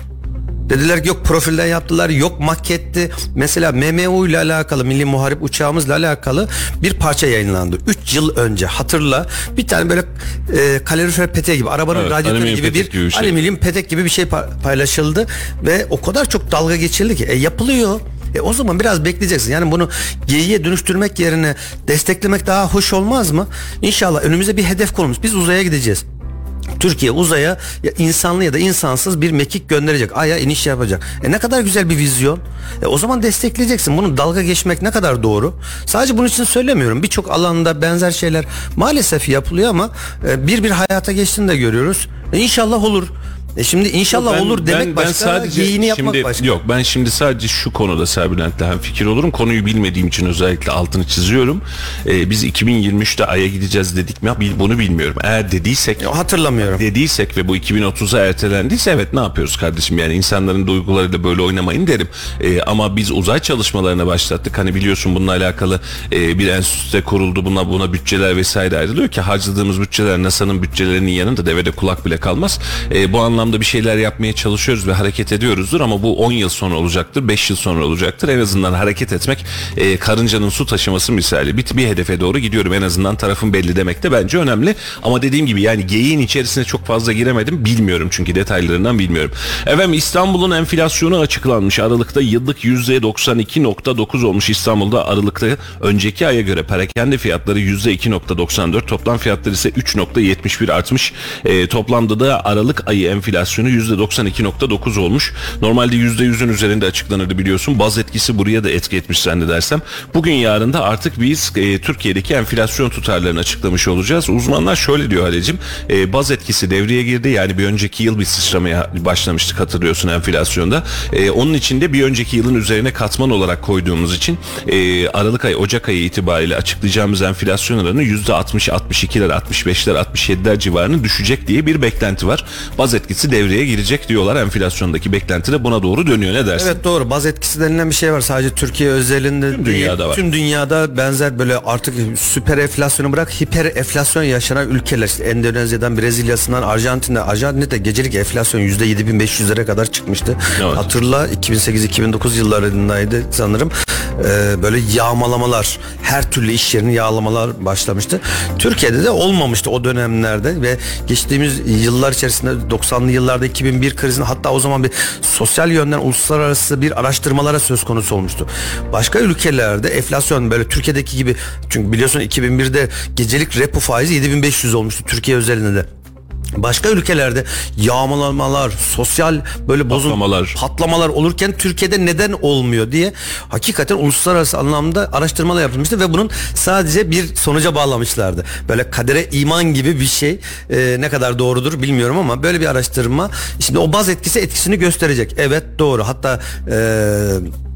Dediler ki yok profilden yaptılar, yok maketti. Mesela M M U ile alakalı, Milli Muharip uçağımızla alakalı bir parça yayınlandı. üç yıl önce hatırla. Bir tane böyle e, kalorifer peteği gibi, arabanın Evet, radyatörü alüminyum gibi bir, petek gibi bir şey. alüminyum petek gibi bir şey pa- paylaşıldı. Ve o kadar çok dalga geçildi ki e, yapılıyor. E o zaman biraz bekleyeceksin. Yani bunu geyiğe dönüştürmek yerine desteklemek daha hoş olmaz mı? İnşallah önümüze bir hedef konmuş. Biz uzaya gideceğiz. Türkiye uzaya ya insanlı ya da insansız bir mekik gönderecek. Ay'a iniş yapacak. E ne kadar güzel bir vizyon. E o zaman destekleyeceksin. Bunu dalga geçmek ne kadar doğru. Sadece bunun için söylemiyorum. Birçok alanda benzer şeyler maalesef yapılıyor ama e, bir bir hayata geçtiğini de görüyoruz. E İnşallah olur. E şimdi inşallah Ben- olur demek ben- ben başka, sadece geyiğini yapmak şimdi, başka. Yok ben şimdi sadece şu konuda Serbülent'le hemfikir olurum. Konuyu bilmediğim için özellikle altını çiziyorum. Ee, biz iki bin yirmi üçte Ay'a gideceğiz dedik mi? Bil- Bunu bilmiyorum. Eğer dediysek Yo, hatırlamıyorum. dediysek ve bu iki bin otuza ertelendiyse evet ne yapıyoruz kardeşim? Yani insanların duygularıyla böyle oynamayın derim. Ee, ama biz uzay çalışmalarına başlattık. Hani biliyorsun bununla alakalı e, bir enstitü kuruldu. Buna buna bütçeler vesaire ayrılıyor ki harcadığımız bütçeler NASA'nın bütçelerinin yanında devede kulak bile kalmaz. E, bu anlamda bir şeyler yapmaya çalışıyoruz ve hareket ediyoruzdur ama bu on yıl sonra olacaktır, beş yıl sonra olacaktır. En azından hareket etmek e, karıncanın su taşıması misali. Bir, bir hedefe doğru gidiyorum. En azından tarafım belli demek de bence önemli. Ama dediğim gibi yani geyiğin içerisine çok fazla giremedim. Bilmiyorum çünkü detaylarından bilmiyorum. Efendim İstanbul'un enflasyonu açıklanmış. Aralıkta yıllık yüzde doksan iki nokta dokuz olmuş İstanbul'da. Aralıkta önceki aya göre perakende fiyatları yüzde iki nokta doksan dört. Toplam fiyatları ise üç nokta yetmiş bir artmış. E, toplamda da Aralık ayı enflasyonu yüzde doksan iki nokta dokuz olmuş. Normalde yüzde yüzün üzerinde açıklanırdı biliyorsun. Baz etkisi buraya da etki etmiş zannedersem. Bugün yarın da artık biz e, Türkiye'deki enflasyon tutarlarını açıklamış olacağız. Uzmanlar şöyle diyor Halecim. E, baz etkisi devreye girdi. Yani bir önceki yıl bir sıçramaya başlamıştık hatırlıyorsun enflasyonda. E, onun için de bir önceki yılın üzerine katman olarak koyduğumuz için e, Aralık ayı Ocak ayı itibariyle açıklayacağımız enflasyon oranı yüzde altmış altmış ikiler altmış beşler altmış yediler civarını düşecek diye bir beklenti var. Baz etkisi devreye girecek diyorlar. Enflasyondaki beklenti de buna doğru dönüyor. Ne dersin? Evet doğru. Baz etkisi denilen bir şey var. Sadece Türkiye özelinde Tüm değil, dünyada var. Tüm dünyada benzer böyle artık süper enflasyonu bırak hiper enflasyon yaşanan ülkeler. İşte Endonezya'dan, Brezilya'sından, Arjantin'de. Arjantin'de gecelik enflasyon yüzde yedi bin beş yüzlere kadar çıkmıştı. Evet. Hatırla iki bin sekiz iki bin dokuz yıllarındaydı sanırım. Ee, böyle yağmalamalar, her türlü iş yerini yağlamalar başlamıştı. Türkiye'de de olmamıştı o dönemlerde ve geçtiğimiz yıllar içerisinde doksanlı yıllarda iki bin bir krizinde hatta o zaman bir sosyal yönden uluslararası bir araştırmalara söz konusu olmuştu. Başka ülkelerde enflasyon böyle Türkiye'deki gibi çünkü biliyorsun iki bin birde gecelik repo faizi yedi bin beş yüz olmuştu Türkiye özelinde de. Başka ülkelerde yağmalamalar, sosyal böyle bozun Patlamalar. patlamalar olurken Türkiye'de neden olmuyor diye hakikaten uluslararası anlamda araştırmalar yapılmıştı ve bunun sadece bir sonuca bağlamışlardı. Böyle kadere iman gibi bir şey. Ee, ne kadar doğrudur bilmiyorum ama böyle bir araştırma şimdi o baz etkisi etkisini gösterecek. Evet doğru. Hatta eee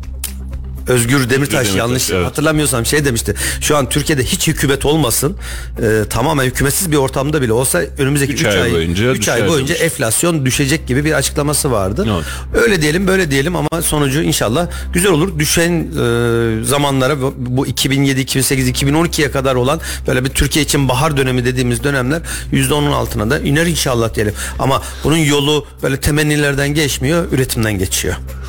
Özgür Demirtaş, Demirtaş, yanlış evet. hatırlamıyorsam şey demişti. Şu an Türkiye'de hiç hükümet olmasın. E, tamamen hükümetsiz bir ortamda bile olsa önümüzdeki Üç üç ay ay boyunca üç ay düşer boyunca demiş. enflasyon düşecek gibi bir açıklaması vardı. Evet. Öyle diyelim, böyle diyelim ama sonucu inşallah güzel olur. Düşen e, zamanlara bu- bu iki bin yedi, iki bin sekiz, iki bin on ikiye kadar olan böyle bir Türkiye için bahar dönemi dediğimiz dönemler yüzde onun altına da iner inşallah diyelim. Ama bunun yolu böyle temennilerden geçmiyor, üretimden geçiyor.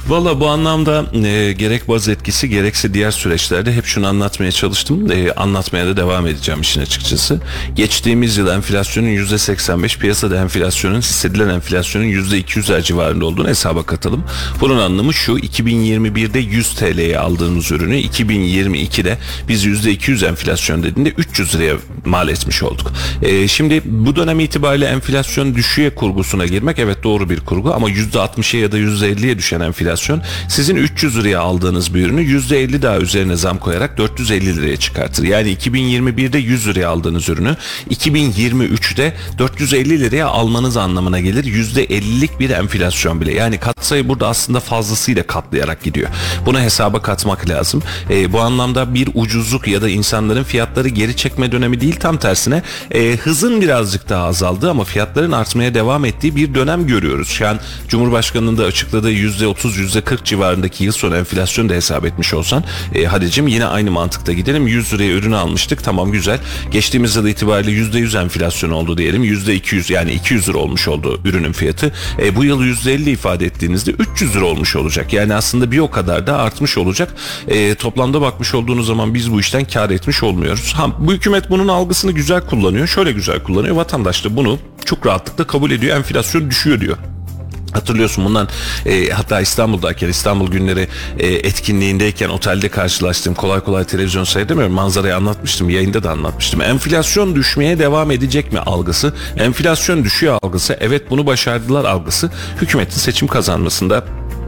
Valla bu anlamda e, gerek baz etkisi gerekse diğer süreçlerde hep şunu anlatmaya çalıştım. E, anlatmaya da devam edeceğim işin açıkçası. Geçtiğimiz yıl enflasyonun yüzde seksen beş, piyasada enflasyonun, hissedilen enflasyonun yüzde iki yüzler civarında olduğunu hesaba katalım. Bunun anlamı şu: iki bin yirmi birde yüz T L'ye aldığımız ürünü iki bin yirmi ikide biz yüzde iki yüz enflasyon dediğinde üç yüz liraya mal etmiş olduk. E, şimdi bu dönem itibariyle enflasyon düşüğe kurgusuna girmek evet doğru bir kurgu, ama yüzde altmışa ya da yüzde elliye düşen enflasyon sizin üç yüz liraya aldığınız bir ürünü yüzde elli daha üzerine zam koyarak dört yüz elli liraya çıkartır. Yani iki bin yirmi birde yüz liraya aldığınız ürünü iki bin yirmi üçte dört yüz elli liraya almanız anlamına gelir. yüzde ellilik bir enflasyon bile. Yani katsayı burada aslında fazlasıyla katlayarak gidiyor. Bunu hesaba katmak lazım. E, bu anlamda bir ucuzluk ya da insanların fiyatları geri çekme dönemi değil, tam tersine e, hızın birazcık daha azaldığı ama fiyatların artmaya devam ettiği bir dönem görüyoruz. Şu an Cumhurbaşkanı'nın da açıkladığı yüzde otuz yüzde kırk civarındaki yıl sonu enflasyonu da hesap etmiş olsan e, hadicim yine aynı mantıkta gidelim. yüz liraya ürünü almıştık, tamam güzel. Geçtiğimiz yıl itibariyle yüzde yüz enflasyon oldu diyelim. yüzde iki yüz, yani iki yüz lira olmuş oldu ürünün fiyatı. E, bu yıl yüzde elli ifade ettiğinizde üç yüz lira olmuş olacak. Yani aslında bir o kadar da artmış olacak. E, toplamda bakmış olduğunuz zaman biz bu işten kar etmiş olmuyoruz. Ha, bu hükümet bunun algısını güzel kullanıyor. Şöyle güzel kullanıyor. Vatandaş da bunu çok rahatlıkla kabul ediyor. Enflasyon düşüyor diyor. Hatırlıyorsun bundan e, hatta İstanbul'dayken, İstanbul Günleri e, etkinliğindeyken otelde karşılaştığım, kolay kolay televizyon seyredemiyorum, manzarayı anlatmıştım, yayında da anlatmıştım. Enflasyon düşmeye devam edecek mi algısı, enflasyon düşüyor algısı, evet bunu başardılar algısı hükümetin seçim kazanmasında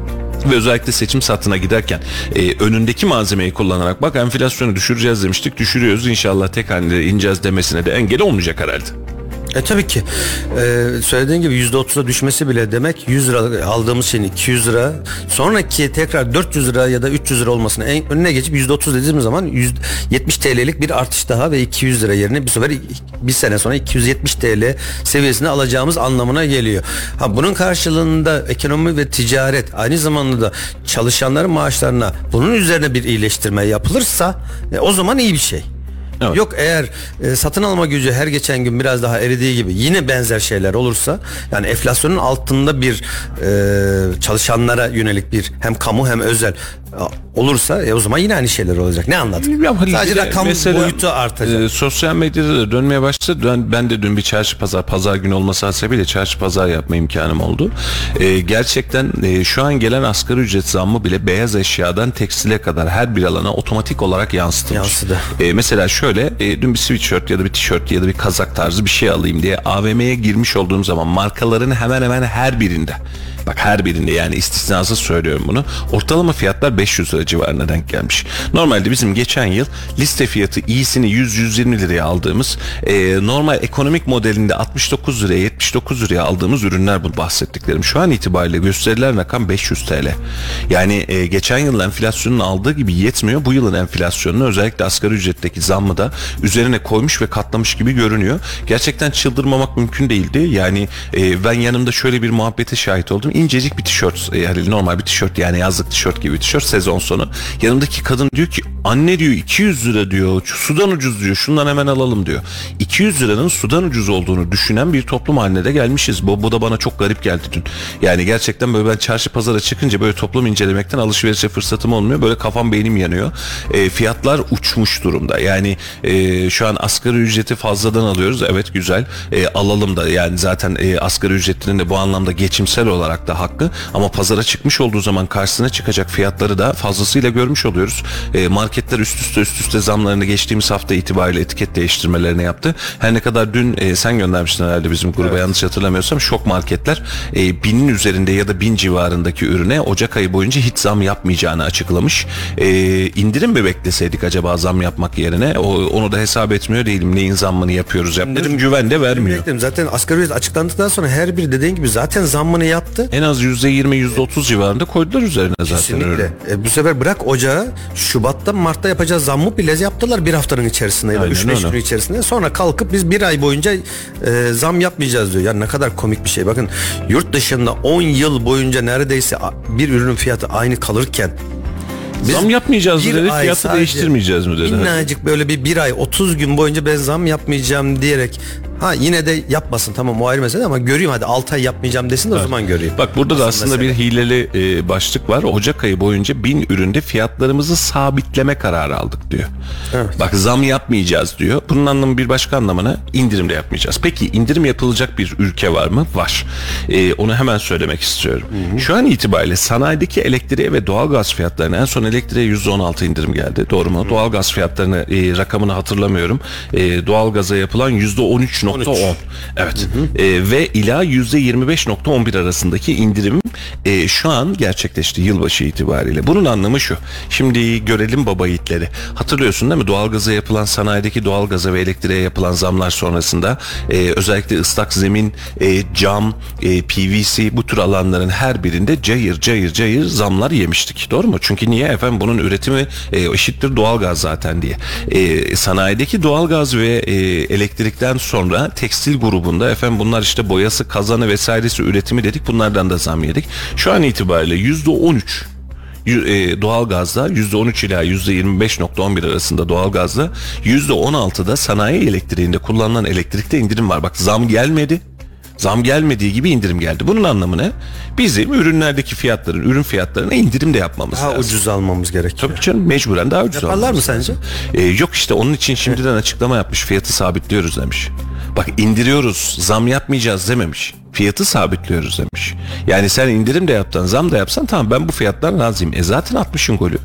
ve özellikle seçim saatine giderken e, önündeki malzemeyi kullanarak bak enflasyonu düşüreceğiz demiştik, düşürüyoruz, inşallah tek hanede ineceğiz demesine de engel olmayacak herhalde. E tabii ki ee, söylediğin gibi yüzde otuza düşmesi bile demek yüz lira aldığımız şeyin iki yüz lira sonraki tekrar dört yüz lira ya da üç yüz lira olmasına en, önüne geçip yüzde otuz dediğimiz zaman yüz yetmiş T L'lik bir artış daha ve iki yüz lira yerine bir sefer bir sene sonra iki yüz yetmiş T L seviyesine alacağımız anlamına geliyor. Ha, bunun karşılığında ekonomi ve ticaret aynı zamanda da çalışanların maaşlarına bunun üzerine bir iyileştirme yapılırsa e, o zaman iyi bir şey. Evet. Yok eğer e, satın alma gücü her geçen gün biraz daha eridiği gibi yine benzer şeyler olursa, yani enflasyonun altında bir e, çalışanlara yönelik bir hem kamu hem özel olursa e, o zaman yine aynı şeyler olacak. Ne anladık? Ya, sadece rakam boyutu artacak. E, sosyal medyada da dönmeye başladı. Ben, ben de dün bir çarşı pazar, pazar günü olması hasebiyle çarşı pazar yapma imkanım oldu. E, gerçekten e, şu an gelen asgari ücret zammı bile beyaz eşyadan tekstile kadar her bir alana otomatik olarak yansıtılmış. Yansıdı. E, mesela şöyle e, dün bir sweatshirt ya da bir tişört ya da bir kazak tarzı bir şey alayım diye A V M'ye girmiş olduğum zaman markaların hemen hemen her birinde, bak her birinde, yani istisnasız söylüyorum bunu, ortalama fiyatlar beş yüz lira civarına denk gelmiş. Normalde bizim geçen yıl liste fiyatı iyisini yüz yüz yirmi liraya aldığımız, e, normal ekonomik modelinde altmış dokuz liraya yetmiş dokuz liraya aldığımız ürünler bu bahsettiklerim. Şu an itibariyle gösterilen rakam beş yüz T L. Yani e, geçen yıl enflasyonun aldığı gibi yetmiyor. Bu yılın enflasyonunu özellikle asgari ücretteki zammı da üzerine koymuş ve katlamış gibi görünüyor. Gerçekten çıldırmamak mümkün değildi. Yani e, ben yanımda şöyle bir muhabbete şahit oldum. İncecik bir tişört, yani normal bir tişört, yani yazlık tişört gibi bir tişört, sezon sonu. Yanımdaki kadın diyor ki anne diyor iki yüz lira diyor, sudan ucuz diyor, şundan hemen alalım diyor. iki yüz liranın sudan ucuz olduğunu düşünen bir toplum haline de gelmişiz. Bu, bu da bana çok garip geldi dün. Yani gerçekten böyle ben çarşı pazara çıkınca böyle toplum incelemekten alışverişe fırsatım olmuyor. Böyle kafam beynim yanıyor. E, fiyatlar uçmuş durumda. Yani e, şu an asgari ücreti fazladan alıyoruz. Evet güzel. E, alalım da, yani zaten e, asgari ücretlinin de bu anlamda geçimsel olarak da hakkı, ama pazara çıkmış olduğu zaman karşısına çıkacak fiyatları da fazlasıyla görmüş oluyoruz. E, marketler üst üste üst üste zamlarını geçtiğimiz hafta itibariyle etiket değiştirmelerini yaptı. Her ne kadar dün e, sen göndermiştin herhalde bizim gruba, evet, yanlış hatırlamıyorsam, şok marketler e, binin üzerinde ya da bin civarındaki ürüne Ocak ayı boyunca hiç zam yapmayacağını açıklamış. E, indirim mi bekleseydik acaba zam yapmak yerine? O, onu da hesap etmiyor değilim. Neyin zammını yapıyoruz yaptırım güven de vermiyor. Zaten asgari ücret açıklandıktan sonra her biri dediğin gibi zaten zammını yaptı. En az yüzde yirmi yüzde otuz civarında koydular üzerine zaten. Kesinlikle. E, bu sefer bırak ocağı, Şubat'ta Mart'ta yapacağı zammı bile yaptılar bir haftanın içerisinde ya da üç beş gün içerisinde. Sonra kalkıp biz bir ay boyunca e, zam yapmayacağız diyor. Ya ne kadar komik bir şey. Bakın yurt dışında on yıl boyunca neredeyse bir ürünün fiyatı aynı kalırken biz zam yapmayacağız mı dedi, fiyatı değiştirmeyeceğiz mi dedi. Minnacık böyle bir bir ay otuz gün boyunca ben zam yapmayacağım diyerek Ha yine de yapmasın, tamam, o ayrı mesele, ama göreyim, hadi altı ay yapmayacağım desin de evet. O zaman göreyim. Bak burada da aslında mesele. Bir hileli e, başlık var. Ocak ayı boyunca bin üründe fiyatlarımızı sabitleme kararı aldık diyor. Evet. Bak zam yapmayacağız diyor. Bunun anlamı bir başka anlamına indirim de yapmayacağız. Peki indirim yapılacak bir ülke var mı? Var. E, onu hemen söylemek istiyorum. Hı hı. Şu an itibariyle sanayideki elektriğe ve doğalgaz fiyatlarına, en son elektriğe yüzde on altı indirim geldi. Doğru mu? Hı. Doğalgaz fiyatlarını e, rakamını hatırlamıyorum. E, doğalgaza yapılan yüzde on üç nokta on. Evet. Hı hı. E, ve ila yüzde yirmi beş nokta on bir arasındaki indirim e, şu an gerçekleşti yılbaşı itibariyle. Bunun anlamı şu. Şimdi görelim baba yiğitleri. Hatırlıyorsun değil mi? Doğalgaza yapılan, sanayideki doğalgaza ve elektriğe yapılan zamlar sonrasında e, özellikle ıslak zemin, e, cam, e, P V C, bu tür alanların her birinde cayır cayır cayır zamlar yemiştik. Doğru mu? Çünkü niye efendim? Bunun üretimi e, eşittir doğalgaz zaten diye. E, sanayideki doğalgaz ve e, elektrikten sonra tekstil grubunda efendim bunlar işte boyası, kazanı vesairesi üretimi dedik. Bunlardan da zam yedik. Şu an itibariyle yüzde on üç doğalgazda, yüzde on üç ila yüzde yirmi beş nokta on bir arasında doğalgazda, yüzde on altıda sanayi elektriğinde kullanılan elektrikte indirim var. Bak zam gelmedi. Zam gelmediği gibi indirim geldi. Bunun anlamı ne? Bizim ürünlerdeki fiyatların, ürün fiyatlarına indirim de yapmamız daha lazım. Daha ucuz almamız gerekiyor. Tabii canım, mecburen daha ucuz yaparlar mı sence? Ee, yok işte onun için şimdiden evet. açıklama yapmış. Fiyatı sabitliyoruz demiş. Bak indiriyoruz, zam yapmayacağız dememiş. Fiyatı sabitliyoruz demiş. Yani sen indirim de yaptan, zam da yapsan tamam, ben bu fiyattan razıyım. E zaten atmışın golü.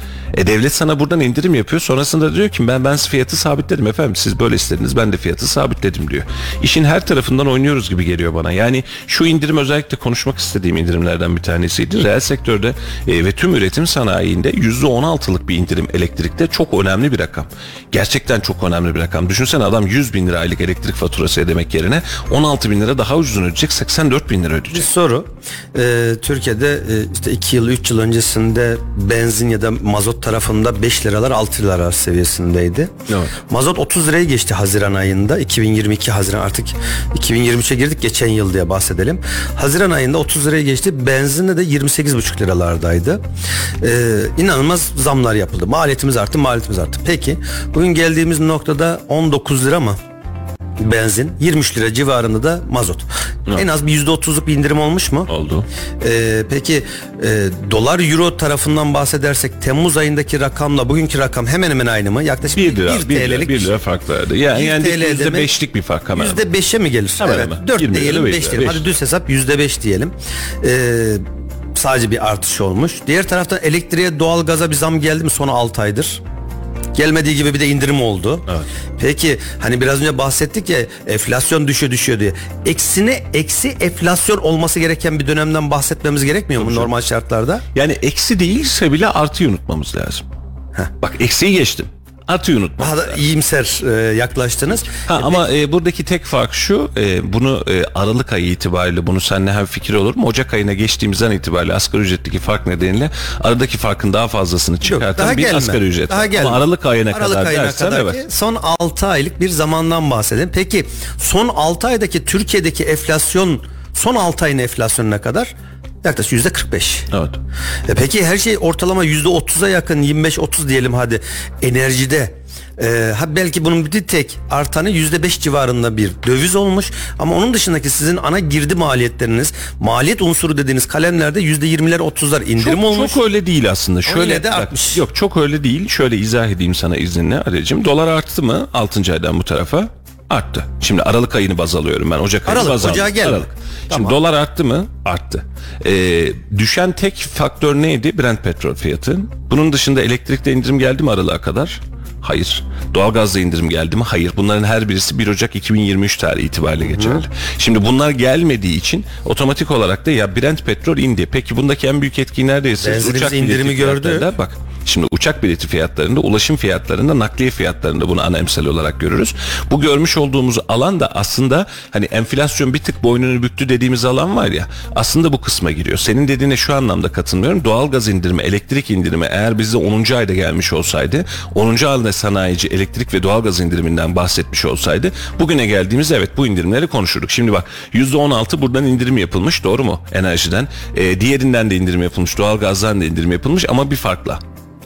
E devlet sana buradan indirim yapıyor. Sonrasında diyor ki ben ben fiyatı sabitledim efendim. Siz böyle istediniz, ben de fiyatı sabitledim diyor. İşin her tarafından oynuyoruz gibi geliyor bana. Yani şu indirim özellikle konuşmak istediğim indirimlerden bir tanesiydi. Reel sektörde e, ve tüm üretim sanayinde yüzde on altılık bir indirim elektrikte çok önemli bir rakam. Gerçekten çok önemli bir rakam. Düşünsene adam yüz bin lira aylık elektrik faturası ödemek yerine on altı bin lira daha ucuzunu ödeyecek, seksen dört bin lira ödeyecek. Bir soru. Ee, Türkiye'de e, işte iki yıl üç yıl öncesinde benzin ya da mazot tarafında beş liralar altı liralar seviyesindeydi. Evet. Mazot otuz liraya geçti Haziran ayında. iki bin yirmi iki Haziran, artık iki bin yirmi üçe girdik, geçen yıl diye bahsedelim. Haziran ayında otuz liraya geçti. Benzinde de yirmi sekiz buçuk liralardaydı. Ee, inanılmaz zamlar yapıldı. Maliyetimiz arttı, maliyetimiz arttı. Peki bugün geldiğimiz noktada on dokuz lira mı benzin, yirmi üç lira civarında da mazot. Evet. En az bir yüzde otuzluk bir indirim olmuş mu? Oldu. Ee, peki e, dolar euro tarafından bahsedersek Temmuz ayındaki rakamla bugünkü rakam hemen hemen aynı mı? Yaklaşık bir lira, bir bir lira, bir lira fark vardı. Yani, yani yüzde beşlik bir fark hemen. Yüzde beşe mi gelir? Hemen evet. hemen. Dört diyelim, beş diyelim. Hadi düz hesap yüzde beş diyelim. Ee, sadece bir artış olmuş. Diğer taraftan elektriğe, doğalgaza bir zam geldi mi son altı aydır? Gelmediği gibi bir de indirim oldu. Evet. Peki hani biraz önce bahsettik ya, enflasyon düşüyor düşüyor diye. Eksine eksi enflasyon olması gereken bir dönemden bahsetmemiz gerekmiyor mu normal şartlarda? Yani eksi değilse bile artıyı unutmamız lazım. Heh. Bak eksiyi geçtim. Artıyı unutma. Daha da iyimser e, yaklaştınız. Ha, e, ama e, buradaki tek fark şu, e, bunu e, Aralık ayı itibariyle bunu seninle hem fikir olur mu? Ocak ayına geçtiğimizden itibariyle asgari ücretteki fark nedeniyle aradaki farkın daha fazlasını çıkartan Yok, bir gelme. asgari ücret. Daha ama Aralık ayına Aralık kadar ayına dersen kadar evet. Son altı aylık bir zamandan bahsedelim. Peki son altı aydaki Türkiye'deki enflasyon, son altı ayın enflasyonuna kadar yaklaşık yüzde kırk beş. Evet. E peki her şey ortalama yüzde otuza yakın, yirmi beş otuz diyelim hadi enerjide. Ee, ha belki bunun bir tek artanı yüzde beş civarında bir döviz olmuş, ama onun dışındaki sizin ana girdi maliyetleriniz, maliyet unsuru dediğiniz kalemlerde yüzde yirmiler otuzlar indirim çok, olmuş. Çok öyle değil aslında. Şöyle de artmış. Yok çok öyle değil. Şöyle izah edeyim sana izninle Ali'cim. Dolar arttı mı altıncı aydan bu tarafa? Arttı. Şimdi Aralık ayını baz alıyorum ben. Ocak ayını Aralık, baz alıyorum. Ocağa gelme. Aralık. Şimdi tamam. Dolar arttı mı? Arttı. Ee, düşen tek faktör neydi? Brent petrol fiyatı. Bunun dışında elektrikte indirim geldi mi Aralık'a kadar? Hayır. Doğalgazda indirim geldi mi? Hayır. Bunların her birisi bir Ocak iki bin yirmi üç tarihi itibariyle geçerli. Hı. Şimdi bunlar gelmediği için otomatik olarak da ya Brent petrol indi. Peki bundaki en büyük etki neredeyse uçak indirimi gördü. Bak. Şimdi uçak bileti fiyatlarında, ulaşım fiyatlarında, nakliye fiyatlarında bunu ana emsal olarak görürüz. Bu görmüş olduğumuz alan da aslında hani enflasyon bir tık boynunu büktü dediğimiz alan var ya, aslında bu kısma giriyor. Senin dediğine şu anlamda katılmıyorum. Doğalgaz indirimi, elektrik indirimi eğer bizde onuncu ayda gelmiş olsaydı, onuncu ayda sanayici elektrik ve doğalgaz indiriminden bahsetmiş olsaydı, bugüne geldiğimizde evet bu indirimleri konuşurduk. Şimdi bak yüzde on altı buradan indirim yapılmış, doğru mu? Enerjiden. Ee, diğerinden de indirim yapılmış, doğalgazdan da indirim yapılmış ama bir farkla.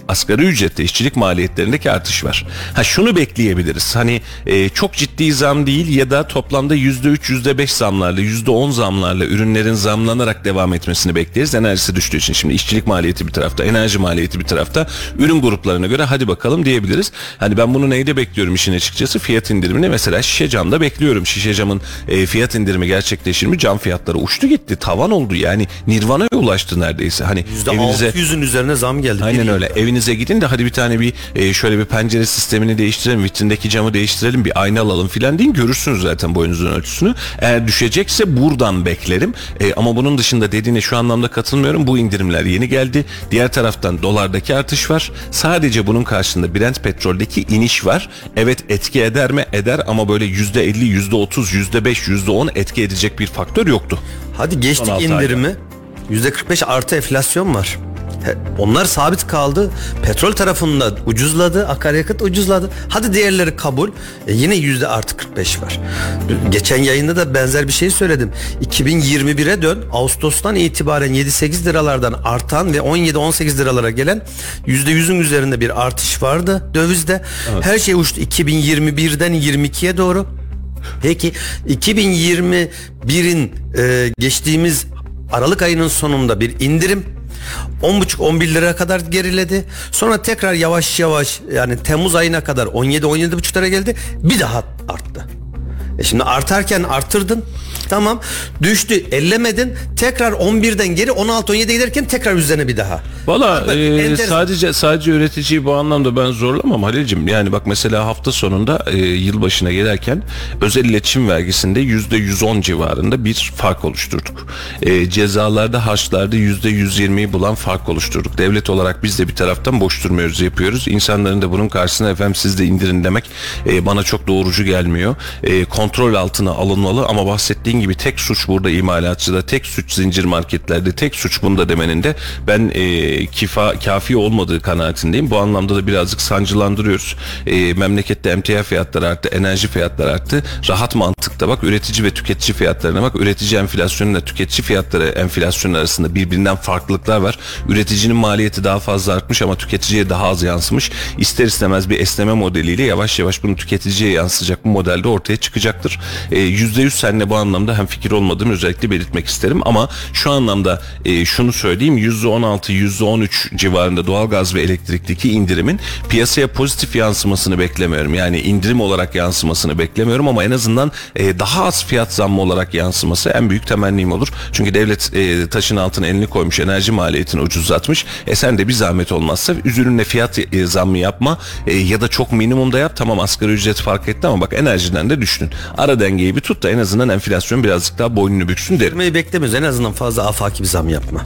asgari ücrette işçilik maliyetlerindeki artış var. Ha şunu bekleyebiliriz. Hani e, çok ciddi zam değil ya da toplamda yüzde üç yüzde beş zamlarla yüzde on zamlarla ürünlerin zamlanarak devam etmesini bekleriz. Enerjisi düştüğü için. Şimdi işçilik maliyeti bir tarafta, enerji maliyeti bir tarafta, ürün gruplarına göre hadi bakalım diyebiliriz. Hani ben bunu neyde bekliyorum işin açıkçası? Fiyat indirimini mesela şişe camda bekliyorum. Şişe camın e, fiyat indirimi gerçekleşir mi? Cam fiyatları uçtu gitti. Tavan oldu yani. Nirvana'ya ulaştı neredeyse. Hani yüzde evinize altı yüzün üzerine zam geldi. aynen Bir öyle. yılda. Evinize gidin de hadi bir tane bir e, şöyle bir pencere sistemini değiştirelim, vitrindeki camı değiştirelim, bir ayna alalım filan deyin, görürsünüz zaten boyunuzun ölçüsünü. Eğer düşecekse buradan beklerim. E, ama bunun dışında dediğine şu anlamda katılmıyorum. Bu indirimler yeni geldi. Diğer taraftan dolardaki artış var. Sadece bunun karşısında Brent petroldeki iniş var. Evet, etki eder mi? Eder ama böyle yüzde elli, yüzde otuz, yüzde beş, yüzde on etki edecek bir faktör yoktu. Hadi geçtik on altı indirimi. yüzde kırk beş artı enflasyon var. He, onlar sabit kaldı. Petrol tarafında ucuzladı. Akaryakıt ucuzladı. Hadi diğerleri kabul. E, yine yüzde artı kırk beş var. Geçen yayında da benzer bir şey söyledim. iki bin yirmi bire dön. Ağustos'tan itibaren yedi sekiz liralardan artan ve on yedi on sekiz liralara gelen yüzde yüzün üzerinde bir artış vardı dövizde. Evet. Her şey uçtu iki bin yirmi birden yirmi ikiye doğru. Peki iki bin yirmi birin e, geçtiğimiz Aralık ayının sonunda bir indirim on buçuk on bir lira kadar geriledi. Sonra tekrar yavaş yavaş yani Temmuz ayına kadar on yedi on yedi buçuk lira geldi. Bir daha arttı. E şimdi artarken arttırdın. Tamam. Düştü. Ellemedin. Tekrar on birden geri on altı on yediye giderken tekrar üzerine bir daha. Valla e, sadece sadece üreticiyi bu anlamda ben zorlamam Halil'cim. Yani bak mesela hafta sonunda e, yılbaşına gelirken özel iletişim vergisinde yüzde yüz on civarında bir fark oluşturduk. E, cezalarda, harçlarda yüzde yüz yirmiyi bulan fark oluşturduk. Devlet olarak biz de bir taraftan boş durmuyoruz, yapıyoruz. İnsanların da bunun karşısına efendim siz de indirin demek e, bana çok doğrucu gelmiyor. E, kontrol altına alınmalı ama bahsettiğim gibi tek suç burada imalatçıda, tek suç zincir marketlerde, tek suç bunda demenin de ben e, kifa, kafi olmadığı kanaatindeyim. Bu anlamda da birazcık sancılandırıyoruz. E, memlekette emtia fiyatları arttı, enerji fiyatları arttı. Rahat mantıkta bak üretici ve tüketici fiyatlarına bak. Üretici enflasyonuyla tüketici fiyatları enflasyon arasında birbirinden farklılıklar var. Üreticinin maliyeti daha fazla artmış ama tüketiciye daha az yansımış. İster istemez bir esneme modeliyle yavaş yavaş bunu tüketiciye yansıyacak bu modelde ortaya çıkacaktır. E, yüzde yüz seninle bu anlamda hem fikir olmadığımı özellikle belirtmek isterim ama şu anlamda e, şunu söyleyeyim, yüzde on altı yüzde on üç civarında doğalgaz ve elektrikteki indirimin piyasaya pozitif yansımasını beklemiyorum. Yani indirim olarak yansımasını beklemiyorum ama en azından e, daha az fiyat zammı olarak yansıması en büyük temennim olur. Çünkü devlet e, taşın altına elini koymuş, enerji maliyetini ucuzlatmış. E sen de bir zahmet olmazsa ürünle fiyat e, zammı yapma e, ya da çok minimumda yap. Tamam, asgari ücret fark etti ama bak enerjiden de düştün. Ara dengeyi bir tut da en azından enflasyon birazcık daha boynunu büksün derim. Vermeyi beklemiyoruz. En azından fazla afaki bir zam yapma.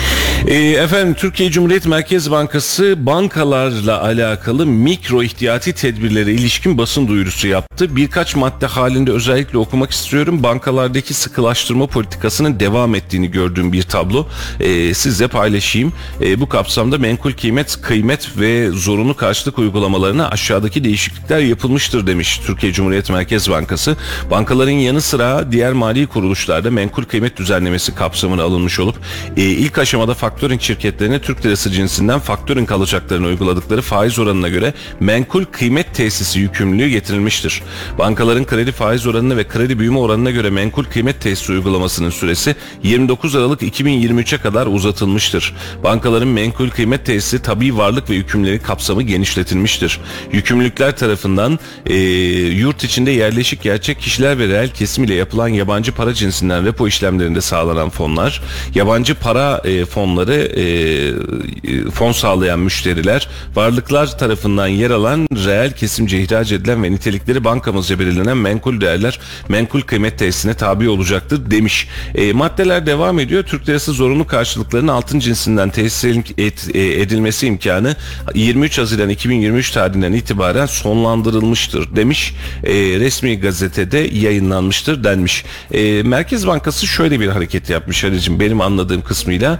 E, efendim Türkiye Cumhuriyet Merkez Bankası bankalarla alakalı mikro ihtiyati tedbirlere ilişkin basın duyurusu yaptı. Birkaç madde halinde özellikle okumak istiyorum. Bankalardaki sıkılaştırma politikasının devam ettiğini gördüğüm bir tablo. E, sizle paylaşayım. E, bu kapsamda menkul kıymet, kıymet ve zorunlu karşılık uygulamalarına aşağıdaki değişiklikler yapılmıştır demiş Türkiye Cumhuriyet Merkez Bankası. Bankaların yanı sıra diğer mali kuruluşlarda menkul kıymet düzenlemesi kapsamına alınmış olup e, ilk aşamada faktöring şirketlerine Türk lirası cinsinden faktöring alacaklarını uyguladıkları faiz oranına göre menkul kıymet tesisi yükümlülüğü getirilmiştir. Bankaların kredi faiz oranına ve kredi büyüme oranına göre menkul kıymet tesisi uygulamasının süresi yirmi dokuz Aralık iki bin yirmi üçe kadar uzatılmıştır. Bankaların menkul kıymet tesisi tabii varlık ve yükümlülük kapsamı genişletilmiştir. Yükümlülükler tarafından e, yurt içinde yerleşik gerçek kişiler ve reel kesim ile yapılan yabancı para cinsinden repo işlemlerinde sağlanan fonlar, yabancı para e, fonları, e, fon sağlayan müşteriler, varlıklar tarafından yer alan reel kesimce ihraç edilen ve nitelikleri bankamızca belirlenen menkul değerler menkul kıymet tesisine tabi olacaktır demiş. E, maddeler devam ediyor. Türk lirası zorunlu karşılıklarının altın cinsinden tesis edilmesi imkanı yirmi üç Haziran iki bin yirmi üç tarihinden itibaren sonlandırılmıştır demiş. E, resmi gazetede yayınlanmıştır denmiş. E, Merkez Bankası şöyle bir hareket yapmış Halicim benim anladığım kısmıyla. E,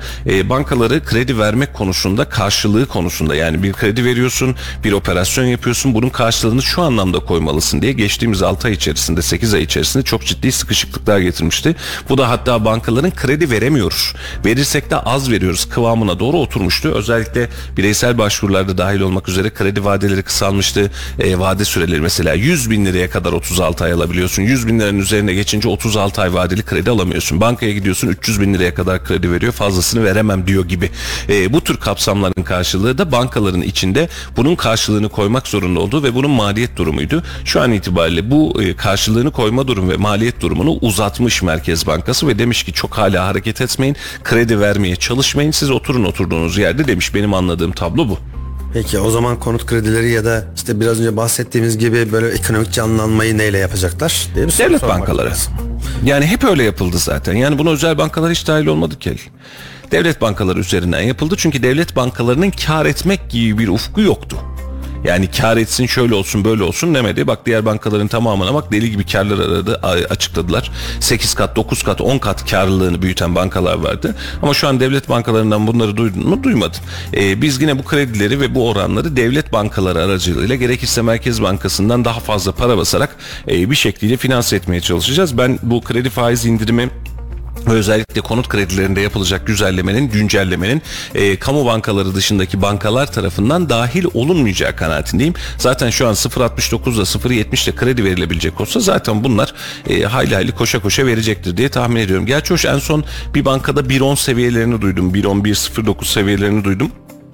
e, bankaları kredi vermek konusunda, karşılığı konusunda, yani bir kredi veriyorsun, bir operasyon yapıyorsun, bunun karşılığını şu anlamda koymalısın diye geçtiğimiz altı ay içerisinde, sekiz ay içerisinde çok ciddi sıkışıklıklar getirmişti. Bu da hatta bankaların kredi veremiyoruz, verirsek de az veriyoruz kıvamına doğru oturmuştu. Özellikle bireysel başvurularda dahil olmak üzere kredi vadeleri kısalmıştı. E, vade süreleri mesela yüz bin liraya kadar otuz altı ay alabiliyorsun. yüz bin liranın üzerine geçince otuz altı ay vadeli kredi alamıyorsun. Bankaya gidiyorsun, üç yüz bin liraya kadar kredi veriyor, fazlasını veremem diyor gibi. E, bu tür kapsamların karşılığı da bankaların içinde bunun karşılığını koymak zorunda olduğu ve bunun maliyet durumuydu. Şu an itibariyle bu e, karşılığını koyma durum ve maliyet durumunu uzatmış Merkez Bankası ve demiş ki çok hala hareket etmeyin, kredi vermeye çalışmayın, siz oturun oturduğunuz yerde demiş. Benim anladığım tablo bu. Peki o zaman konut kredileri ya da işte biraz önce bahsettiğimiz gibi böyle ekonomik canlanmayı neyle yapacaklar diye bir soru Devlet sormak bankaları. lazım. Yani hep öyle yapıldı zaten. Yani buna özel bankalar hiç dahil olmadı ki. Devlet bankaları üzerinden yapıldı çünkü devlet bankalarının kar etmek gibi bir ufku yoktu. Yani kar etsin, şöyle olsun böyle olsun demedi. Bak diğer bankaların tamamına bak, deli gibi karlar aradı, açıkladılar. sekiz kat, dokuz kat, on kat karlılığını büyüten bankalar vardı. Ama şu an devlet bankalarından bunları duydun mu? Duymadım. Ee, biz yine bu kredileri ve bu oranları devlet bankaları aracılığıyla, gerekirse Merkez Bankası'ndan daha fazla para basarak e, bir şekilde finanse etmeye çalışacağız. Ben bu kredi faiz indirimi ve özellikle konut kredilerinde yapılacak güzellemenin, güncellemenin e, kamu bankaları dışındaki bankalar tarafından dahil olunmayacağı kanaatindeyim. Zaten şu an sıfır altmış dokuz ile sıfır yetmiş ile kredi verilebilecek olsa zaten bunlar e, hayli hayli koşa koşa verecektir diye tahmin ediyorum. Gerçi hoş, en son bir bankada bir nokta on seviyelerini duydum. bir nokta on, bir nokta sıfır dokuz seviyelerini duydum.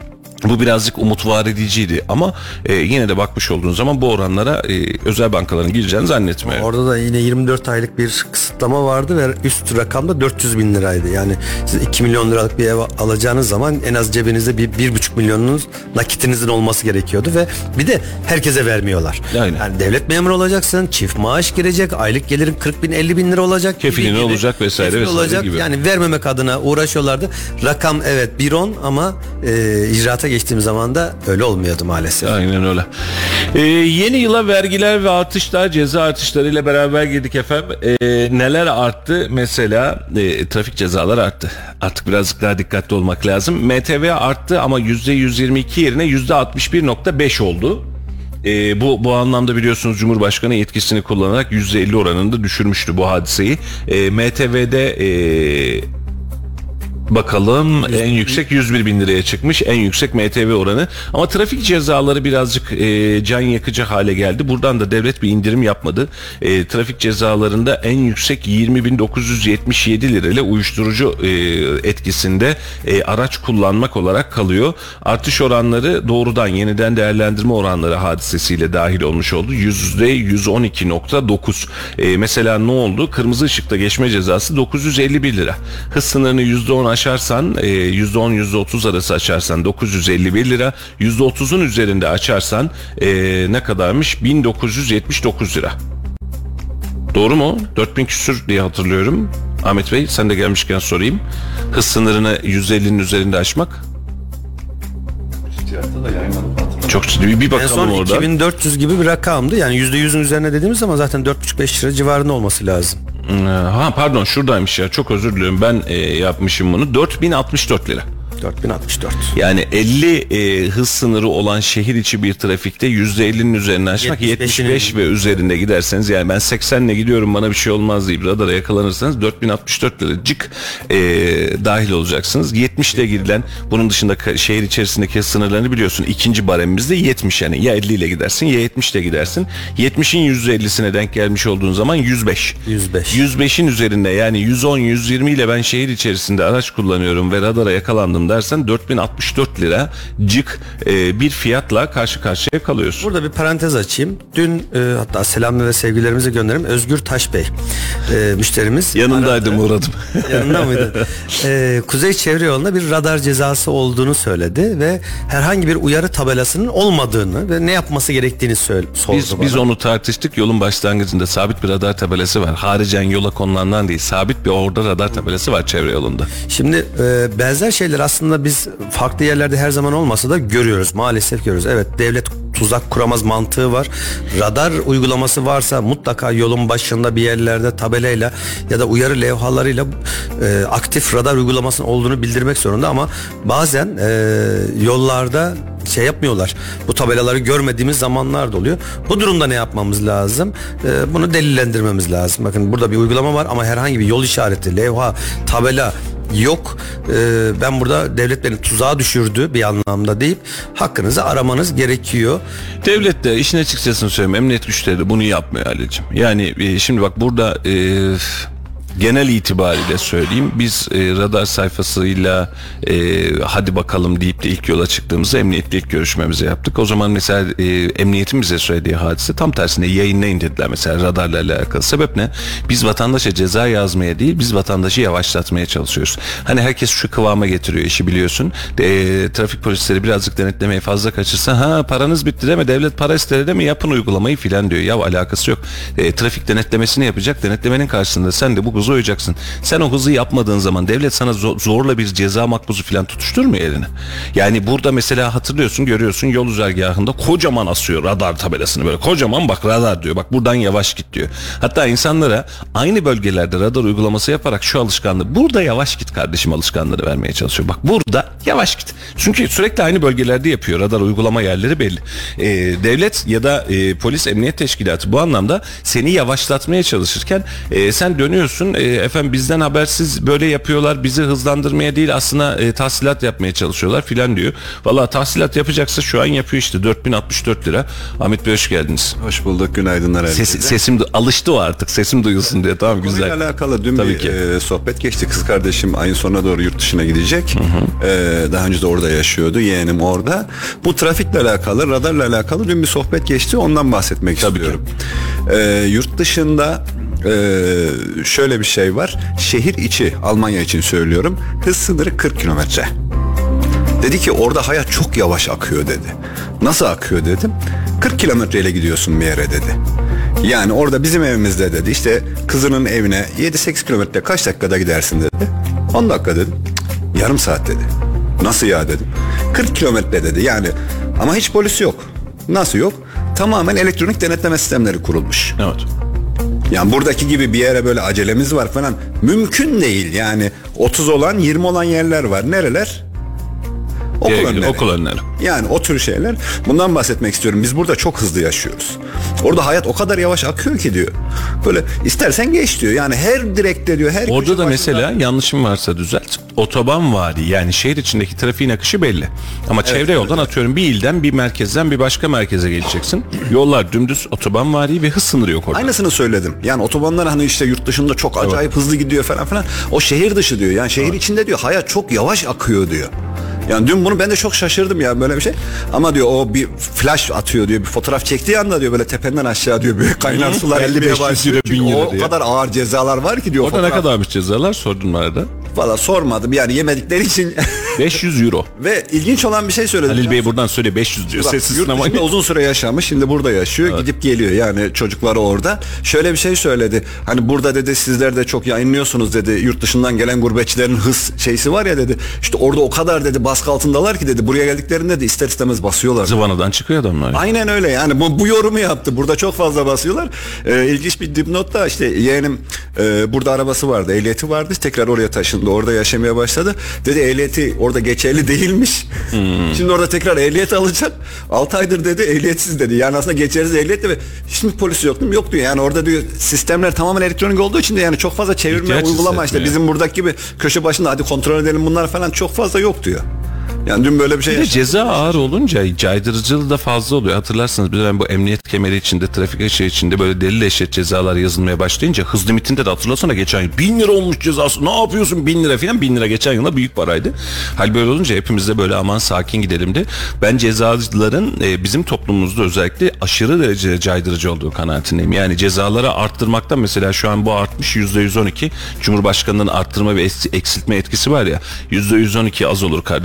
Bu birazcık umut vaat ediciydi ama e, yine de bakmış olduğun zaman bu oranlara e, özel bankaların gireceğini zannetmiyorum. Orada da yine yirmi dört aylık bir kısıtlama vardı ve üst rakam da dört yüz bin liraydı. Yani siz iki milyon liralık bir ev alacağınız zaman en az cebinizde bir bir buçuk milyonunuz nakitinizin olması gerekiyordu ve bir de herkese vermiyorlar. Aynen. Yani devlet memuru olacaksın, çift maaş girecek, aylık gelirin kırk bin elli bin lira olacak. Kefilin olacak vesaire Kefil vesaire olacak. gibi. Yani vermemek adına uğraşıyorlardı. Rakam evet bir on ama e, icraata geçtiğim zaman da öyle olmuyordu maalesef. Aynen öyle. Ee, yeni yıla vergiler ve artışlar, ceza artışlarıyla beraber girdik efendim. Ee, neler arttı? Mesela e, trafik cezaları arttı. Artık birazcık daha dikkatli olmak lazım. M T V arttı ama yüzde yüz yirmi iki yerine yüzde altmış bir nokta beş oldu. Ee, bu bu anlamda biliyorsunuz Cumhurbaşkanı yetkisini kullanarak yüzde elli oranında düşürmüştü bu hadiseyi. Ee, M T V'de e, bakalım en yüksek yüz bir bin liraya çıkmış, en yüksek M T V oranı. Ama trafik cezaları birazcık e, can yakıcı hale geldi. Buradan da devlet bir indirim yapmadı. E, trafik cezalarında en yüksek yirmi bin dokuz yüz yetmiş yedi lirayla uyuşturucu e, etkisinde e, araç kullanmak olarak kalıyor. Artış oranları doğrudan yeniden değerlendirme oranları hadisesiyle dahil olmuş oldu. yüzde yüz on iki nokta dokuz. E, mesela ne oldu? Kırmızı ışıkta geçme cezası dokuz yüz elli bir lira. Hız sınırını yüzde on açarsan, yüzde on yüzde otuz arası açarsan dokuz yüz elli bir lira, yüzde otuzun üzerinde açarsan e, ne kadarmış? bin dokuz yüz yetmiş dokuz lira. Doğru mu? dört bin küsür diye hatırlıyorum. Ahmet Bey, sen de gelmişken sorayım. Hız sınırını yüz ellinin üzerinde açmak. Çok ciddi bir bakalım en son orada. iki bin dört yüz gibi bir rakamdı. Yani yüzde yüzün üzerine dediğimiz zaman zaten dört buçuk beş lira civarında olması lazım. Ha pardon, şuradaymış ya, çok özür diliyorum, ben e, yapmışım bunu. dört bin altmış dört lira. dört bin altmış dört. Yani elli e, hız sınırı olan şehir içi bir trafikte yüzde ellinin üzerine açmak, yetmiş beş ve üzerinde giderseniz, yani ben seksenle gidiyorum bana bir şey olmaz deyip radara yakalanırsanız dört bin altmış dört liracık e, dahil olacaksınız. yetmiş ile gidilen, bunun dışında ka- şehir içerisindeki hız sınırlarını biliyorsun, ikinci baremimizde yetmiş, yani ya elli ile gidersin ya yetmiş ile gidersin. yetmişin yüzde ellisine denk gelmiş olduğun zaman yüz beş. yüz beş. yüz beşin üzerinde, yani yüz on yüz yirmi ile ben şehir içerisinde araç kullanıyorum ve radara yakalandım dersen dört bin altmış dört lira cık e, bir fiyatla karşı karşıya kalıyorsun. Burada bir parantez açayım. Dün e, hatta selam ve sevgilerimizi gönderelim. Özgür Taş Bey e, müşterimiz. Yanındaydım, uğradım. Yanında mıydı? E, Kuzey Çevre Yolu'nda bir radar cezası olduğunu söyledi ve herhangi bir uyarı tabelasının olmadığını ve ne yapması gerektiğini söyle, sordu Biz, bana. biz onu tartıştık. Yolun başlangıcında sabit bir radar tabelası var. Haricen yola konulandan değil, sabit bir orada radar tabelası var çevre yolunda. Şimdi e, benzer şeyler aslında biz farklı yerlerde her zaman olmasa da görüyoruz. Maalesef görüyoruz. Evet, devlet tuzak kuramaz mantığı var. Radar uygulaması varsa mutlaka yolun başında bir yerlerde tabelayla ya da uyarı levhalarıyla e, aktif radar uygulamasının olduğunu bildirmek zorunda ama bazen e, yollarda şey yapmıyorlar. Bu tabelaları görmediğimiz zamanlar da oluyor. Bu durumda ne yapmamız lazım? Ee, bunu delillendirmemiz lazım. Bakın burada bir uygulama var ama herhangi bir yol işareti, levha, tabela yok. Ee, ben burada devlet beni tuzağa düşürdü bir anlamda deyip hakkınızı aramanız gerekiyor. Devlet de işin açıkçası söyleyeyim, emniyet güçleri de bunu yapmıyor Ali'cim. Yani e, şimdi bak burada e, genel itibariyle söyleyeyim, biz e, radar sayfasıyla e, hadi bakalım deyip de ilk yola çıktığımızda emniyetle ilk görüşmemizi yaptık. O zaman mesela e, emniyetin bize söylediği hadise tam tersine yayınlayın dediler mesela radarla alakalı. Sebep ne? Biz vatandaşa ceza yazmaya değil, biz vatandaşı yavaşlatmaya çalışıyoruz. Hani herkes şu kıvama getiriyor işi biliyorsun. E, trafik polisleri birazcık denetlemeyi fazla kaçırsa ha paranız bitti deme, devlet para istedi deme, yapın uygulamayı filan diyor. Ya alakası yok. E, trafik denetlemesini yapacak. Denetlemenin karşısında sen de bu hızı uyacaksın. Sen o hızı yapmadığın zaman devlet sana zorla bir ceza makbuzu filan tutuşturmuyor eline. Yani burada mesela hatırlıyorsun, görüyorsun yol güzergahında kocaman asıyor radar tabelasını, böyle kocaman bak radar diyor. Bak buradan yavaş git diyor. Hatta insanlara aynı bölgelerde radar uygulaması yaparak şu alışkanlığı, burada yavaş git kardeşim alışkanlığı vermeye çalışıyor. Bak burada yavaş git. Çünkü sürekli aynı bölgelerde yapıyor. Radar uygulama yerleri belli. Ee, devlet ya da e, polis emniyet teşkilatı bu anlamda seni yavaşlatmaya çalışırken e, sen dönüyorsun e, efendim bizden habersiz böyle yapıyorlar, bizi hızlandırmaya değil aslında e, tahsilat yapmaya çalışıyorlar filan diyor. Valla tahsilat yapacaksa şu an yapıyor işte, dört bin altmış dört lira. Ahmet Bey hoş geldiniz. Hoş bulduk, günaydınlar herkese. Ses, sesim alıştı o artık, sesim duyulsun diye. Tamam, güzel. Konuyla alakalı dün Tabii bir ki. e, sohbet geçti. Kız kardeşim ayın sonuna doğru yurt dışına gidecek. Hı hı. E, daha önce de orada yaşıyordu, yeğenim orada. Bu trafikle alakalı, radarla alakalı dün bir sohbet geçti, ondan bahsetmek Tabii istiyorum. E, yurt dışında Ee, şöyle bir şey var. Şehir içi, Almanya için söylüyorum, hız sınırı kırk kilometre. Dedi ki orada hayat çok yavaş akıyor dedi. Nasıl akıyor dedim. kırk kilometreyle gidiyorsun bir yere dedi. Yani orada bizim evimizde dedi işte kızının evine yedi sekiz kilometre kaç dakikada gidersin dedi. on dakika dedim. Cık, yarım saat dedi. Nasıl ya dedim. kırk kilometre dedi yani, ama hiç polis yok. Nasıl yok? Tamamen elektronik denetleme sistemleri kurulmuş. Evet. Yani buradaki gibi bir yere böyle acelemiz var falan mümkün değil. Yani otuz olan yirmi olan yerler var. Nereler? Okul Ee, önleri. okul önleri. Yani o tür şeyler. Bundan bahsetmek istiyorum. Biz burada çok hızlı yaşıyoruz. Orada hayat o kadar yavaş akıyor ki diyor. Böyle istersen geç diyor. Yani her direkte diyor. Her Orada da başında... mesela yanlışım varsa düzelt. Otoban vari, yani şehir içindeki trafiğin akışı belli. Ama Evet, çevre yoldan evet. atıyorum bir ilden bir merkezden bir başka merkeze geleceksin. Yollar dümdüz otoban vari ve hız sınırı yok orada. Aynısını söyledim. Yani otobanlar hani işte yurt dışında çok acayip evet. hızlı gidiyor falan filan. O şehir dışı diyor. Yani şehir evet. içinde diyor hayat çok yavaş akıyor diyor. Yani dün bunu ben de çok şaşırdım ya böyle bir şey. Ama diyor o bir flash atıyor diyor, bir fotoğraf çektiği anda diyor böyle tependen aşağı diyor böyle kaynar sular elli beş yüz lira bin lira o diye. kadar ağır cezalar var ki diyor. Orada fotoğraf. ne kadarmış cezalar sordun mu arada? Valla sormadım yani yemedikleri için. beş yüz euro. Ve ilginç olan bir şey söyledim. Halil Bey buradan söyle beş yüz diyor. Bak, Sessiz yurt sinema. dışında uzun süre yaşamış, şimdi burada yaşıyor, evet. Gidip geliyor yani çocukları orada. Şöyle bir şey söyledi. Hani burada dedi sizler de çok yayınlıyorsunuz dedi. Yurt dışından gelen gurbetçilerin hız şeysi var ya dedi. İşte orada o kadar dedi baskı altındalar ki dedi. Buraya geldiklerinde de ister istemez basıyorlar. Zıvanadan çıkıyor adamlar. Aynen öyle yani bu, bu yorumu yaptı. Burada çok fazla basıyorlar. Ee, ilginç bir dipnot da işte yeğenim e, burada arabası vardı, ehliyeti vardı. Tekrar oraya taşındı. Orada yaşamaya başladı. Dedi ehliyeti orada geçerli değilmiş. Hmm. Şimdi orada tekrar ehliyet alacak. altı aydır dedi ehliyetsiz dedi. Yani aslında geçersiz ehliyetle ve hiç mi polisi yok değil mi? Yok diyor. Yani orada diyor sistemler tamamen elektronik olduğu için de yani çok fazla çevirme, İhtiyaç uygulama işte bizim buradaki gibi köşe başında hadi kontrol edelim bunlar falan çok fazla yok diyor. Yani dün böyle bir şey bir de ceza ağır olunca caydırıcılığı da fazla oluyor. Hatırlarsınız bir dönem bu emniyet kemeri içinde, trafik ışığı içinde böyle deli eşit cezalar yazılmaya başlayınca hız limitinde de hatırlasana geçen yıl bin lira olmuş cezası. Ne yapıyorsun bin lira falan, bin lira geçen yılda büyük paraydı. Hal böyle olunca hepimiz de böyle aman sakin gidelim de. Ben cezaların e, bizim toplumumuzda özellikle aşırı derecede caydırıcı olduğu kanaatindeyim. Yani cezaları arttırmaktan mesela şu an bu artmış yüzde yüz on iki. Cumhurbaşkanının arttırma ve eksiltme etkisi var ya, yüzde yüz on iki az olur kardeşim. yüzde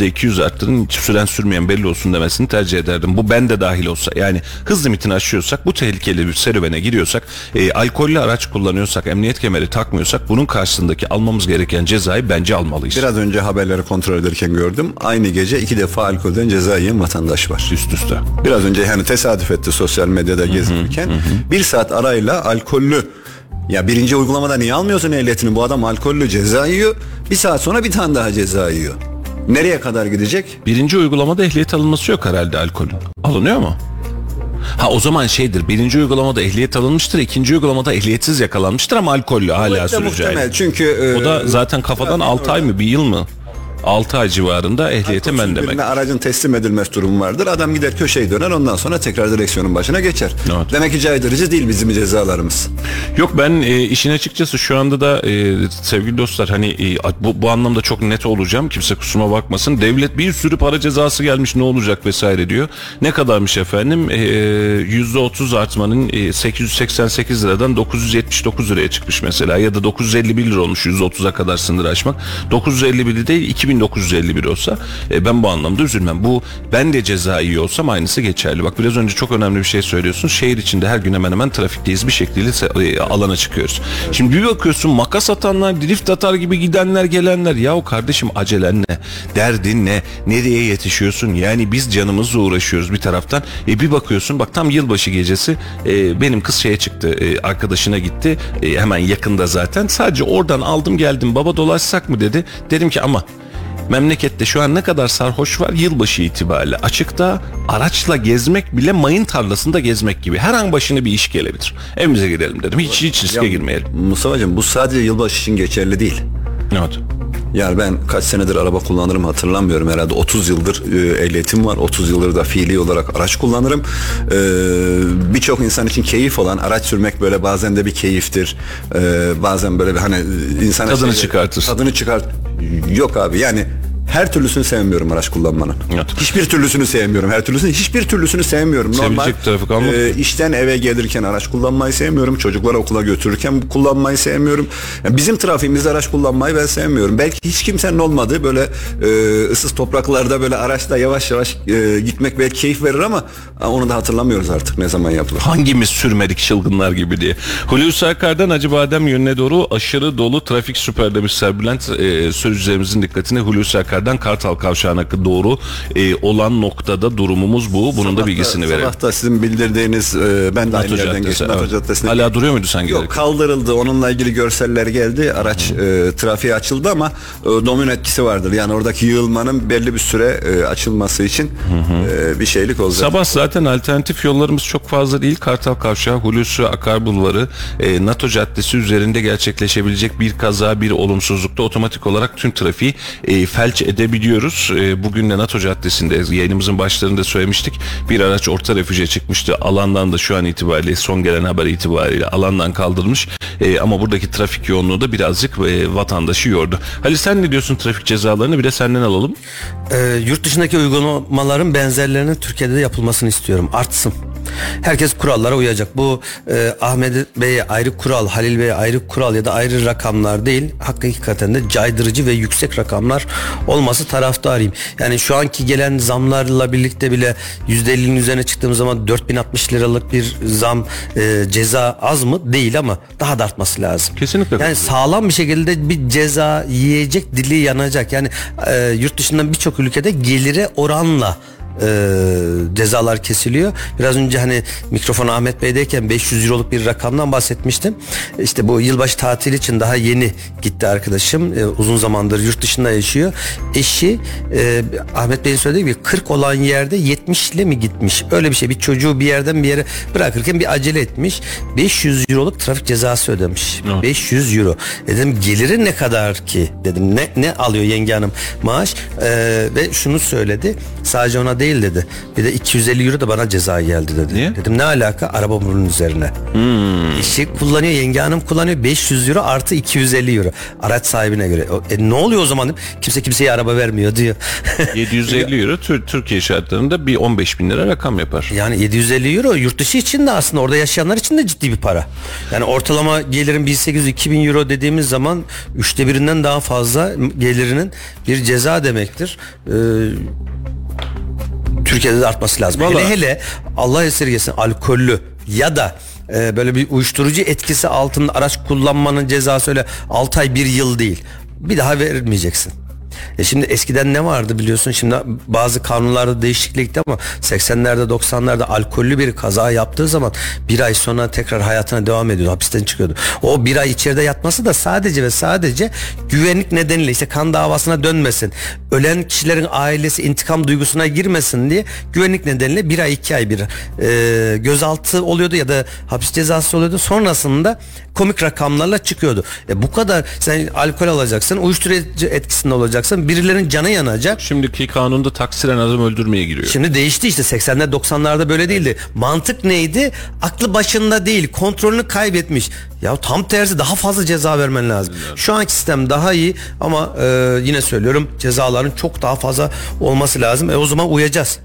yüzde iki yüz arttırın, hiç süren sürmeyen belli olsun demesini tercih ederdim. Bu ben de dahil olsa, yani hız limitini aşıyorsak, bu tehlikeli bir serüvene giriyorsak, e, alkollü araç kullanıyorsak, emniyet kemeri takmıyorsak bunun karşısındaki almamız gereken cezayı bence almalıyız. Biraz önce haberleri kontrol ederken gördüm. Aynı gece iki defa alkolden ceza yiyen vatandaş var. Üst üste. Biraz önce yani tesadüf etti sosyal medyada gezinirken. Bir saat arayla alkollü. Ya birinci uygulamada niye almıyorsun ehliyetini? Bu adam alkollü ceza yiyor. Bir saat sonra bir tane daha ceza yiyor. Nereye kadar gidecek? Birinci uygulamada ehliyet alınması yok herhalde alkolün. Alınıyor mu? Ha, o zaman şeydir, birinci uygulamada ehliyet alınmıştır, ikinci uygulamada ehliyetsiz yakalanmıştır ama alkollü hala süreceği. Çünkü e, o da zaten kafadan altı ay mı, bir yıl mı? altı ay civarında ehliyete men demek. Aracın teslim edilmesi durumu vardır. Adam gider köşeyi döner, ondan sonra tekrar direksiyonun başına geçer. Evet. Demek ki caydırıcı değil bizim cezalarımız. Yok, ben e, işin açıkçası şu anda da e, sevgili dostlar, hani e, bu, bu anlamda çok net olacağım. Kimse kusuruma bakmasın. Devlet bir sürü para cezası gelmiş, ne olacak vesaire diyor. Ne kadarmış efendim? E, yüzde otuz artmanın e, sekiz yüz seksen sekiz liradan dokuz yüz yetmiş dokuz liraya çıkmış mesela. Ya da dokuz yüz elli bir lira olmuş yüzde otuza kadar sınır aşmak. dokuz yüz elli bir değil, iki bin dokuz yüz elli bir olsa e, ben bu anlamda üzülmem. Bu, ben de ceza iyi olsam aynısı geçerli. Bak, biraz önce çok önemli bir şey söylüyorsun. Şehir içinde her gün hemen hemen trafikteyiz, bir şekilde e, alana çıkıyoruz. Şimdi bir bakıyorsun, makas atanlar, drift atar gibi gidenler gelenler. Yahu kardeşim, acelen ne? Derdin ne? Nereye yetişiyorsun? Yani biz canımızla uğraşıyoruz bir taraftan. E, bir bakıyorsun, bak tam yılbaşı gecesi e, benim kız şeye çıktı, e, arkadaşına gitti. E, hemen yakında zaten. Sadece oradan aldım geldim. Baba dolaşsak mı dedi. Dedim ki ama memlekette şu an ne kadar sarhoş var, yılbaşı itibariyle açıkta araçla gezmek bile mayın tarlasında gezmek gibi. Her an başına bir iş gelebilir. Evimize gidelim dedim. Hiç hiç riske girmeyelim. Mustafa'cığım, bu sadece yılbaşı için geçerli değil. Evet. Yani ben kaç senedir araba kullanırım hatırlamıyorum, herhalde otuz yıldır e, ehliyetim var, otuz yıldır da fiili olarak araç kullanırım. E, birçok insan için keyif olan araç sürmek böyle bazen de bir keyiftir, e, bazen böyle bir hani insan tadını şey, çıkartırsın. Tadını çıkart. Yok abi, yani her türlüsünü sevmiyorum araç kullanmanın. Evet. Hiçbir türlüsünü sevmiyorum. Her türlüsünü, hiçbir türlüsünü sevmiyorum. Sevecek Normal trafik almadı. e, işten eve gelirken araç kullanmayı sevmiyorum. Çocukları okula götürürken kullanmayı sevmiyorum. Yani bizim trafiğimizde araç kullanmayı ben sevmiyorum. Belki hiç kimsenin olmadığı böyle e, ıssız topraklarda böyle araçla yavaş yavaş e, gitmek belki keyif verir ama onu da hatırlamıyoruz artık ne zaman yapılır. Hangimiz sürmedik çılgınlar gibi diye. Hulusi Akar'dan Acıbadem yönüne doğru aşırı dolu trafik süper demiş Serbülent. E, sürücülerimizin dikkatini Hulusi Akar'dan Kartal Kavşağı'na doğru e, olan noktada durumumuz bu. Bunun da bilgisini verelim. Sabahta sizin bildirdiğiniz e, ben de aynı yerden geçtim. Evet. NATO Caddesi'ne. Hala duruyor muydu sen Yok, gelirken? kaldırıldı. Onunla ilgili görseller geldi. Araç e, trafiğe açıldı ama e, domino etkisi vardır. Yani oradaki yığılmanın belli bir süre e, açılması için e, bir şeylik olacak. Sabah zaten alternatif yollarımız çok fazla değil. Kartal Kavşağı, Hulusi Akar Bulvarı, e, NATO Caddesi üzerinde gerçekleşebilecek bir kaza, bir olumsuzlukta otomatik olarak tüm trafiği e, felç edebiliyoruz. E, bugün de NATO Caddesi'nde yayınımızın başlarında söylemiştik. Bir araç orta refüje çıkmıştı. Alandan da şu an itibariyle, son gelen haber itibariyle alandan kaldırılmış. E, ama buradaki trafik yoğunluğu da birazcık e, vatandaşı yordu. Halil, sen ne diyorsun trafik cezalarını? Bir de senden alalım. Ee, yurt dışındaki uygulamaların benzerlerinin Türkiye'de de yapılmasını istiyorum. Artsın. Herkes kurallara uyacak. Bu e, Ahmet Bey'e ayrı kural, Halil Bey'e ayrı kural ya da ayrı rakamlar değil. Hakikaten de caydırıcı ve yüksek rakamlar olması taraftarıyım. Yani şu anki gelen zamlarla birlikte bile yüzde ellinin üzerine çıktığımız zaman dört bin altmış liralık bir zam, e, ceza az mı? Değil ama daha da artması lazım. Kesinlikle. Yani sağlam bir şekilde bir ceza yiyecek, dili yanacak. Yani e, yurt dışından birçok ülkede gelire oranla Ee, cezalar kesiliyor. Biraz önce hani mikrofon Ahmet Bey'deyken beş yüz euroluk bir rakamdan bahsetmiştim. İşte bu yılbaşı tatili için daha yeni gitti arkadaşım. Ee, uzun zamandır yurt dışında yaşıyor. Eşi e, Ahmet Bey'in söylediği gibi kırk olan yerde yetmiş ile mi gitmiş? Öyle bir şey. Bir çocuğu bir yerden bir yere bırakırken bir acele etmiş. beş yüz euroluk trafik cezası ödemiş. Evet. beş yüz euro. E dedim geliri ne kadar ki? Dedim ne ne alıyor yenge hanım maaş? Ee, ve şunu söyledi. Sadece ona değil, değil dedi. Bir de iki yüz elli euro da bana ceza geldi dedi. Niye? Dedim ne alaka? Araba bunun üzerine. Hmm. Eşi kullanıyor, yenge hanım kullanıyor, beş yüz euro artı iki yüz elli euro. Araç sahibine göre. E, ne oluyor o zaman? Kimse kimseye araba vermiyor diyor. yedi yüz elli euro Türkiye şartlarında bir on beş bin lira rakam yapar. Yani yedi yüz elli euro yurt dışı için de aslında orada yaşayanlar için de ciddi bir para. Yani ortalama gelirin bin sekiz yüz iki bin euro dediğimiz zaman üçte birinden daha fazla gelirinin bir ceza demektir. Ee, Türkiye'de de artması lazım. Vallahi. Hele hele Allah esirgesin alkollü ya da e, böyle bir uyuşturucu etkisi altında araç kullanmanın cezası öyle altı ay bir yıl değil. Bir daha verilmeyeceksin. E şimdi eskiden ne vardı biliyorsun, şimdi bazı kanunlarda değişiklik gitti ama seksenlerde doksanlarda alkollü bir kaza yaptığı zaman bir ay sonra tekrar hayatına devam ediyordu, hapisten çıkıyordu. O bir ay içeride yatması da sadece ve sadece güvenlik nedeniyle, işte kan davasına dönmesin, ölen kişilerin ailesi intikam duygusuna girmesin diye güvenlik nedeniyle bir ay iki ay bir e, gözaltı oluyordu ya da hapis cezası oluyordu. Sonrasında komik rakamlarla çıkıyordu. E bu kadar sen alkol alacaksın, uyuşturucu etkisinde olacaksın, birilerinin canı yanacak. Şimdiki kanunda taksiren adam öldürmeye giriyor. Şimdi değişti işte, seksenler doksanlarda böyle değildi. Mantık neydi? Aklı başında değil, kontrolünü kaybetmiş. Ya tam tersi, daha fazla ceza vermen lazım. Evet. Şu anki sistem daha iyi ama e, yine söylüyorum, cezaların çok daha fazla olması lazım. E o zaman uyacağız.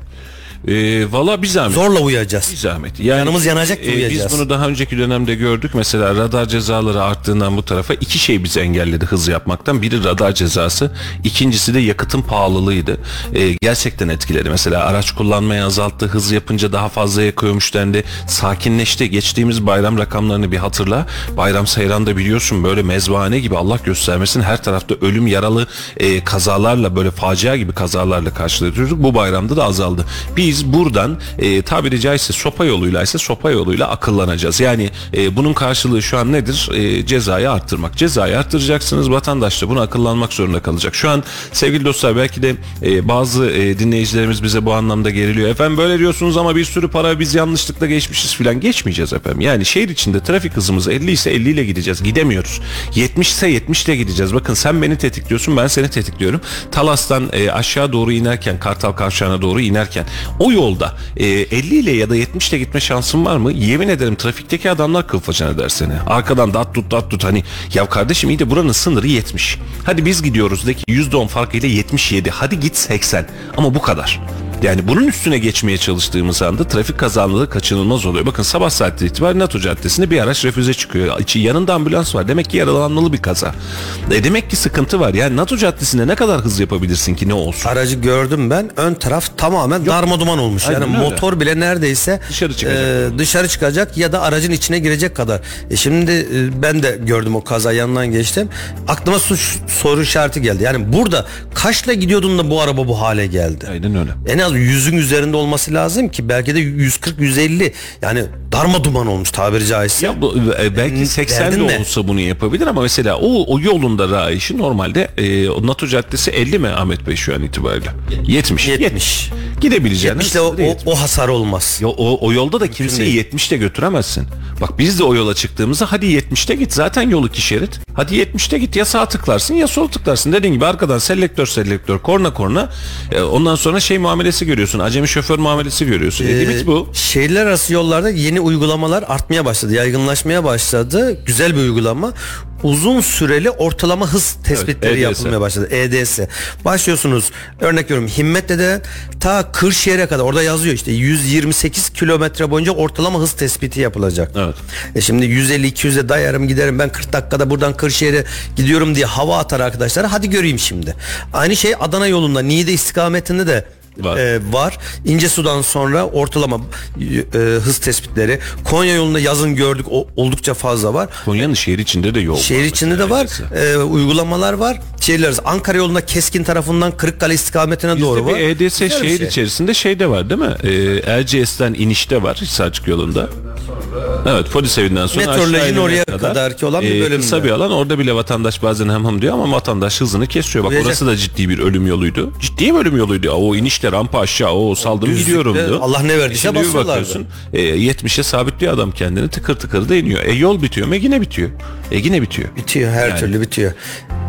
E, Valla bir zahmet. Zorla uyacağız. Bir zahmet. Yani, Yanımız yanacak da e, uyacağız. Biz bunu daha önceki dönemde gördük. Mesela radar cezaları arttığından bu tarafa iki şey bizi engelledi hız yapmaktan. Biri radar cezası. İkincisi de yakıtın pahalılığıydı. E, gerçekten etkiledi. Mesela araç kullanmayı azalttı. Hız yapınca daha fazla yakıyormuş dendi. Sakinleşti. Geçtiğimiz bayram rakamlarını bir hatırla. Bayram Seyran'da biliyorsun böyle mezbahane gibi, Allah göstermesin, her tarafta ölüm, yaralı e, kazalarla, böyle facia gibi kazalarla karşılaşıyorduk. Bu bayramda da azaldı. Bir Biz buradan e, tabiri caizse sopa yoluyla ise sopa yoluyla akıllanacağız. Yani e, bunun karşılığı şu an nedir? E, cezayı arttırmak. Cezayı arttıracaksınız. Vatandaş da buna akıllanmak zorunda kalacak. Şu an sevgili dostlar, belki de e, bazı e, dinleyicilerimiz bize bu anlamda geriliyor. Efendim böyle diyorsunuz ama bir sürü para biz yanlışlıkla geçmişiz filan. Geçmeyeceğiz efendim. Yani şehir içinde trafik hızımız elli ise elli ile gideceğiz. Gidemiyoruz. yetmiş ise yetmiş ile gideceğiz. Bakın sen beni tetikliyorsun, ben seni tetikliyorum. Talas'tan e, aşağı doğru inerken, Kartal Kavşağı'na doğru inerken o yolda e, elli ile ya da yetmiş ile gitme şansın var mı? Yemin ederim trafikteki adamlar kılfacan eder seni. Arkadan dat tut dat tut, hani ya kardeşim iyi de buranın sınırı yetmiş. Hadi biz gidiyoruz de ki yüzde on farkıyla yetmiş yedi. Hadi git seksen. Ama bu kadar. Yani bunun üstüne geçmeye çalıştığımız anda trafik kazaları kaçınılmaz oluyor. Bakın sabah saatleri itibariyle NATO Caddesi'nde bir araç refüze çıkıyor. İçi yanında ambulans var. Demek ki yaralanmalı bir kaza. E demek ki sıkıntı var. Yani NATO Caddesi'nde ne kadar hız yapabilirsin ki ne olsun? Aracı gördüm ben. Ön taraf tamamen darmaduman olmuş. Aynen yani öyle. Motor bile neredeyse dışarı çıkacak. E, dışarı çıkacak ya da aracın içine girecek kadar. E şimdi e, ben de gördüm o kaza, yanından geçtim. Aklıma suç, soru işareti geldi. Yani burada kaçla gidiyordun da bu araba bu hale geldi? Aynen öyle. En az yüzün üzerinde olması lazım ki, belki de yüz kırk yüz elli, yani darma duman olmuş tabiri caizse. Ya bu, e, belki seksen de olsa bunu yapabilir ama mesela o, o yolunda rayişi normalde e, o NATO Caddesi elli mi Ahmet Bey şu an itibariyle? yetmiş. yetmiş. Gidebileceğiniz. yetmişle o, o, o hasar olmaz. Ya o, o yolda da kimseyi değil. yetmişte götüremezsin. Bak biz de o yola çıktığımızda hadi yetmişte git, zaten yol iki şerit. Hadi yetmişte git, ya sağ tıklarsın ya sol tıklarsın. Dediğin gibi arkadan selektör selektör korna korna e, ondan sonra şey muamelesi görüyorsun. Acemi şoför muamelesi görüyorsun. E, limit bu. Şehirler arası yollarda yeni uygulamalar artmaya başladı. Yaygınlaşmaya başladı. Güzel bir uygulama. Uzun süreli ortalama hız tespitleri Evet, E D S. yapılmaya başladı. E D S. Başlıyorsunuz, örnek veriyorum, Himmetli'de ta Kırşehir'e kadar, orada yazıyor işte yüz yirmi sekiz kilometre boyunca ortalama hız tespiti yapılacak. Evet. E şimdi yüz elli iki yüze dayarım giderim, ben kırk dakikada buradan Kırşehir'e gidiyorum diye hava atar arkadaşlar. Hadi göreyim şimdi. Aynı şey Adana yolunda Niğde istikametinde de Var. E, var. İncesu'dan sonra ortalama e, hız tespitleri. Konya yolunda yazın gördük, o, oldukça fazla var. Konya'nın şehir içinde de yol var. Şehir içinde de var. E, uygulamalar var. Şehirler arası. Ankara yolunda Keskin tarafından Kırıkkale istikametine Bizde doğru bir var. E D S Güzel bir şehir şey. içerisinde şey de var değil mi? Ee, Erciyes'ten inişte var Selçuk yolunda. Evet, polis evinden sonra Metrolojinin aşağı inene oraya kadar ki olan bir e, bölümde. kısa bir alan. Orada bile vatandaş bazen hem hem diyor ama vatandaş hızını kesiyor. Bak Uyacak. orası da ciddi bir ölüm yoluydu. Ciddi bir ölüm yoluydu. O inişte rampa aşağı, o saldım Düzlükte gidiyorumdu. Allah ne verdiyse Şimdi bir basıyorlardı. bakıyorsun e, yetmişe sabitliyor adam kendini, tıkır tıkır da iniyor. E yol bitiyor mu? E, yine bitiyor. E yine bitiyor. Bitiyor, her Yani. türlü bitiyor.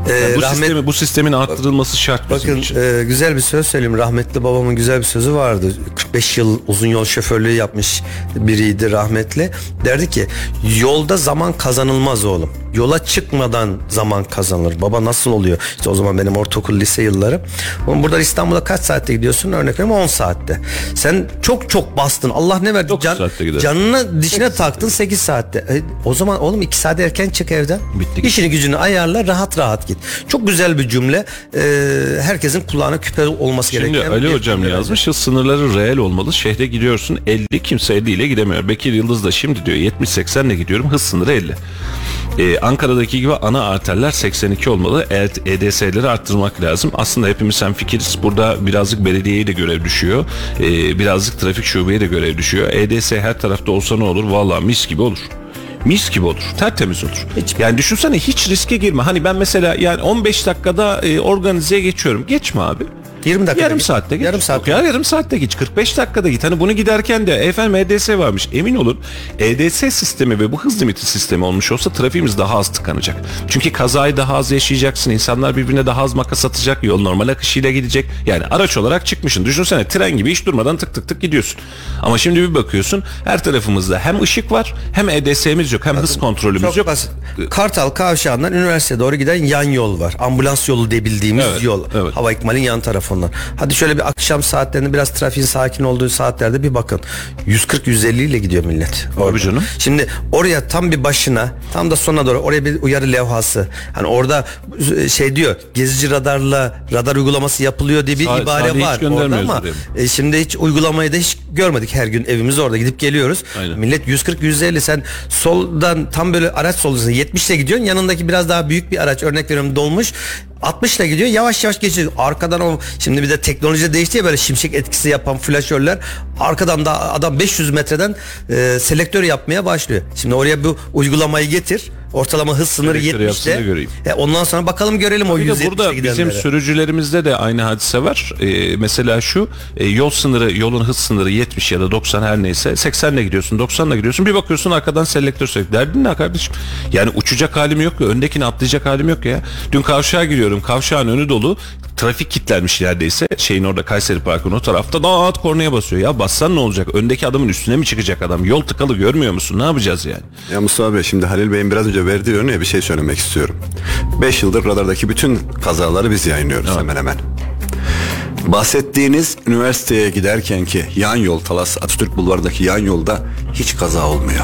Ee, Yani bu rahmet- sistemi, bu sistemin arttırılması şart bizim Bakın için. e, güzel bir söz söyleyeyim. Rahmetli babamın güzel bir sözü vardı. kırk beş yıl uzun yol şoförlüğü yapmış biriydi rahmetli. Derdi ki yolda zaman kazanılmaz oğlum. Yola çıkmadan zaman kazanılır. Baba nasıl oluyor? İşte o zaman benim ortaokul lise yılları. Oğlum buradan İstanbul'a kaç saatte gidiyorsun? Örnek veriyorum on saatte. Sen çok çok bastın. Allah ne verdi? dokuz saatte gider. Canını dişine taktın sekiz saatte. E, o zaman oğlum iki saat erken çık evden. Bitti. İşini gücünü ayarla, rahat rahat git. Çok güzel bir cümle. Ee, herkesin kulağına küpe olması Şimdi gereken. Ali bir Hocam cümle yazmış, hız sınırları reel olmalı. Şehre gidiyorsun elli, kimse elli ile gidemiyor. Bekir Yıldız da şimdi diyor yetmiş seksen ile gidiyorum, hız sınırı elli. Ee, Ankara'daki gibi ana arterler seksen iki olmalı. E D S'leri arttırmak lazım. Aslında hepimiz hemfikiriz. Burada birazcık belediyeye de görev düşüyor. Ee, birazcık trafik şubeye de görev düşüyor. E D S her tarafta olsa ne olur? Vallahi mis gibi olur. Mis gibi olur. Tertemiz olur. Hiç- Yani düşünsene, hiç riske girme. Hani ben mesela yani on beş dakikada e, organizeye geçiyorum. Geçme abi. yirmi dakika. Yarım saatte git. Yarım saat. Yok ya, yarım saatte git. kırk beş dakikada git. Hani bunu giderken de efendim E D S varmış. Emin olun, E D S sistemi ve bu hız limiti sistemi olmuş olsa trafiğimiz daha az tıkanacak. Çünkü kazayı daha az yaşayacaksın. İnsanlar birbirine daha az makas atacak. Yol normal akışıyla gidecek. Yani araç olarak çıkmışsın. Düşünsene, tren gibi hiç durmadan tık tık tık gidiyorsun. Ama şimdi bir bakıyorsun, her tarafımızda hem ışık var, hem E D S'miz yok, hem hız kontrolümüz Çok yok. basit. Kartal Kavşağı'ndan üniversiteye doğru giden yan yol var. Ambulans yolu diye bildiğimiz Evet, yol. evet. Hava ikmalin yan tarafından. Hadi şöyle bir akşam saatlerinde biraz trafiğin sakin olduğu saatlerde bir bakın. yüz kırk yüz elli ile gidiyor millet. Orada. canım. Şimdi oraya tam bir başına, tam da sonuna doğru oraya bir uyarı levhası. Hani orada şey diyor, gezici radarla radar uygulaması yapılıyor diye bir Sa- ibare Salih'i hiç var orada göndermiyoruz ama oraya. e, şimdi hiç uygulamayı da hiç görmedik. Her gün evimiz orada, gidip geliyoruz. Aynen. Millet yüz kırk yüz elli, sen soldan tam böyle araç soluyorsun, yetmiş ile gidiyorsun, yanındaki biraz daha büyük bir araç, örnek veriyorum dolmuş, altmış ile gidiyor, yavaş yavaş geçiyor. Arkadan o, şimdi bir de teknoloji değişti ya, böyle şimşek etkisi yapan flaşörler, arkadan da adam beş yüz metreden e, selektör yapmaya başlıyor. Şimdi oraya bu uygulamayı getir. Ortalama hız sınırı Selektör yapsın da yetmişte. göreyim. E, ondan sonra bakalım görelim o Bir de yüz yetmişe burada gidenleri. bizim sürücülerimizde de aynı hadise var. Ee, mesela şu e, yol sınırı, yolun hız sınırı yetmiş ya da doksan, her neyse, seksen ile gidiyorsun, doksan ile gidiyorsun, bir bakıyorsun arkadan selektör selektör. Derdin ne kardeşim? Yani uçacak halim yok ya, öndekini atlayacak halim yok ya. Dün kavşağa giriyorum, kavşağın önü dolu, trafik kilitlenmiş neredeyse, şeyin orada, Kayseri Parkı'nın o tarafta, dağıt kornaya basıyor. Ya bassan ne olacak? Öndeki adamın üstüne mi çıkacak adam? Yol tıkalı, görmüyor musun? Ne yapacağız yani? Ya Mustafa Bey, şimdi Halil Bey'in biraz önce verdiği örneğe bir şey söylemek istiyorum. beş yıldır radardaki bütün kazaları biz yayınlıyoruz hemen hemen. Bahsettiğiniz üniversiteye giderken ki yan yol, Talas Atatürk Bulvarı'ndaki yan yolda hiç kaza olmuyor.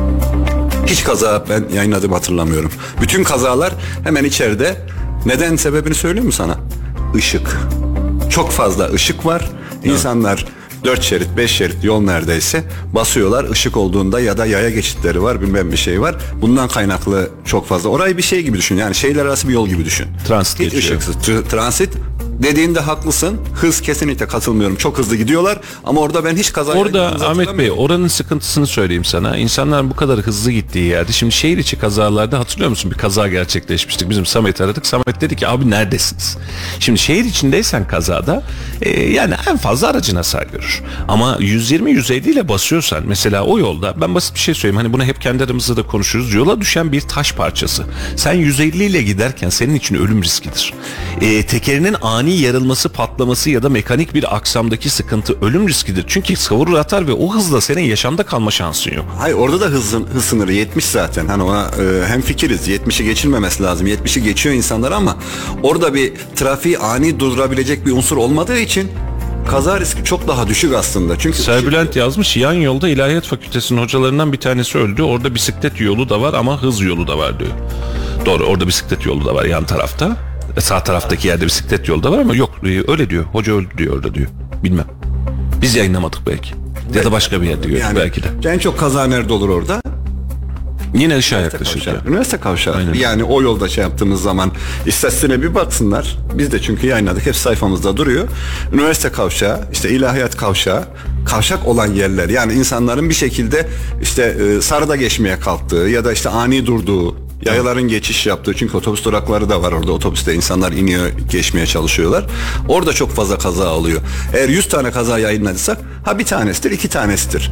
Hiç kaza ben yayınladığımı hatırlamıyorum. Bütün kazalar hemen içeride. Neden, sebebini söyleyeyim mi sana? Işık. Çok fazla ışık var. İnsanlar dört şerit, beş şerit yol neredeyse basıyorlar ışık olduğunda, ya da yaya geçitleri var, bilmem bir şey var. Bundan kaynaklı çok fazla. Orayı bir şey gibi düşün. Yani şehirler arası bir yol gibi düşün. Transit Hiç geçiyor. ışıksız. Tr- transit dediğinde haklısın. Hız kesinlikle katılmıyorum. Çok hızlı gidiyorlar ama orada ben hiç kaza Orada yaptığımızı Ahmet Bey, hatırlamıyorum. oranın sıkıntısını söyleyeyim sana. İnsanlar bu kadar hızlı gittiği yerde, şimdi şehir içi kazalarda hatırlıyor musun? Bir kaza gerçekleşmiştik. Bizim Samet'i aradık. Samet dedi ki abi neredesiniz? Şimdi şehir içindeysen kazada e, yani en fazla aracın hasar görür. Ama yüz yirmi yüz elli ile basıyorsan mesela o yolda, ben basit bir şey söyleyeyim. Hani bunu hep kendi aramızda da konuşuruz. Yola düşen bir taş parçası. Sen yüz elli ile giderken senin için ölüm riskidir. E, tekerinin ani yarılması, patlaması ya da mekanik bir aksamdaki sıkıntı ölüm riskidir. Çünkü savurur atar ve o hızla senin yaşamda kalma şansın yok. Hayır, orada da hız, hız sınırı yetmiş zaten. Hani ona e, hem fikiriz. yetmişi geçilmemesi lazım. yetmişi geçiyor insanlar ama orada bir trafiği ani durdurabilecek bir unsur olmadığı için kaza riski çok daha düşük aslında. Çünkü Serbülent yazmış, yan yolda İlahiyat Fakültesi'nin hocalarından bir tanesi öldü. Orada bisiklet yolu da var ama hız yolu da var diyor. Doğru, orada bisiklet yolu da var yan tarafta. Sağ taraftaki yerde bisiklet yolu da var ama yok, öyle diyor. Hoca öldü diyor orada diyor. Bilmem. Biz yayınlamadık belki. Ya da başka bir yerde gördük yani belki de. en çok kaza nerede olur orada? Yine ışığa yaklaşırken. Kavşağı. Üniversite kavşağı. Aynen. Yani o yolda şey yaptığımız zaman istatistiğine bir baksınlar. Biz de çünkü yayınladık. Hep sayfamızda duruyor. Üniversite kavşağı, işte ilahiyat kavşağı, kavşak olan yerler. Yani insanların bir şekilde işte e, sarıda geçmeye kalktığı ya da işte ani durduğu, yayaların geçiş yaptığı, çünkü otobüs durakları da var orada. Otobüste insanlar iniyor, geçmeye çalışıyorlar. Orada çok fazla kaza oluyor. Eğer yüz tane kaza yayınladıysak ha bir tanesidir, iki tanesidir.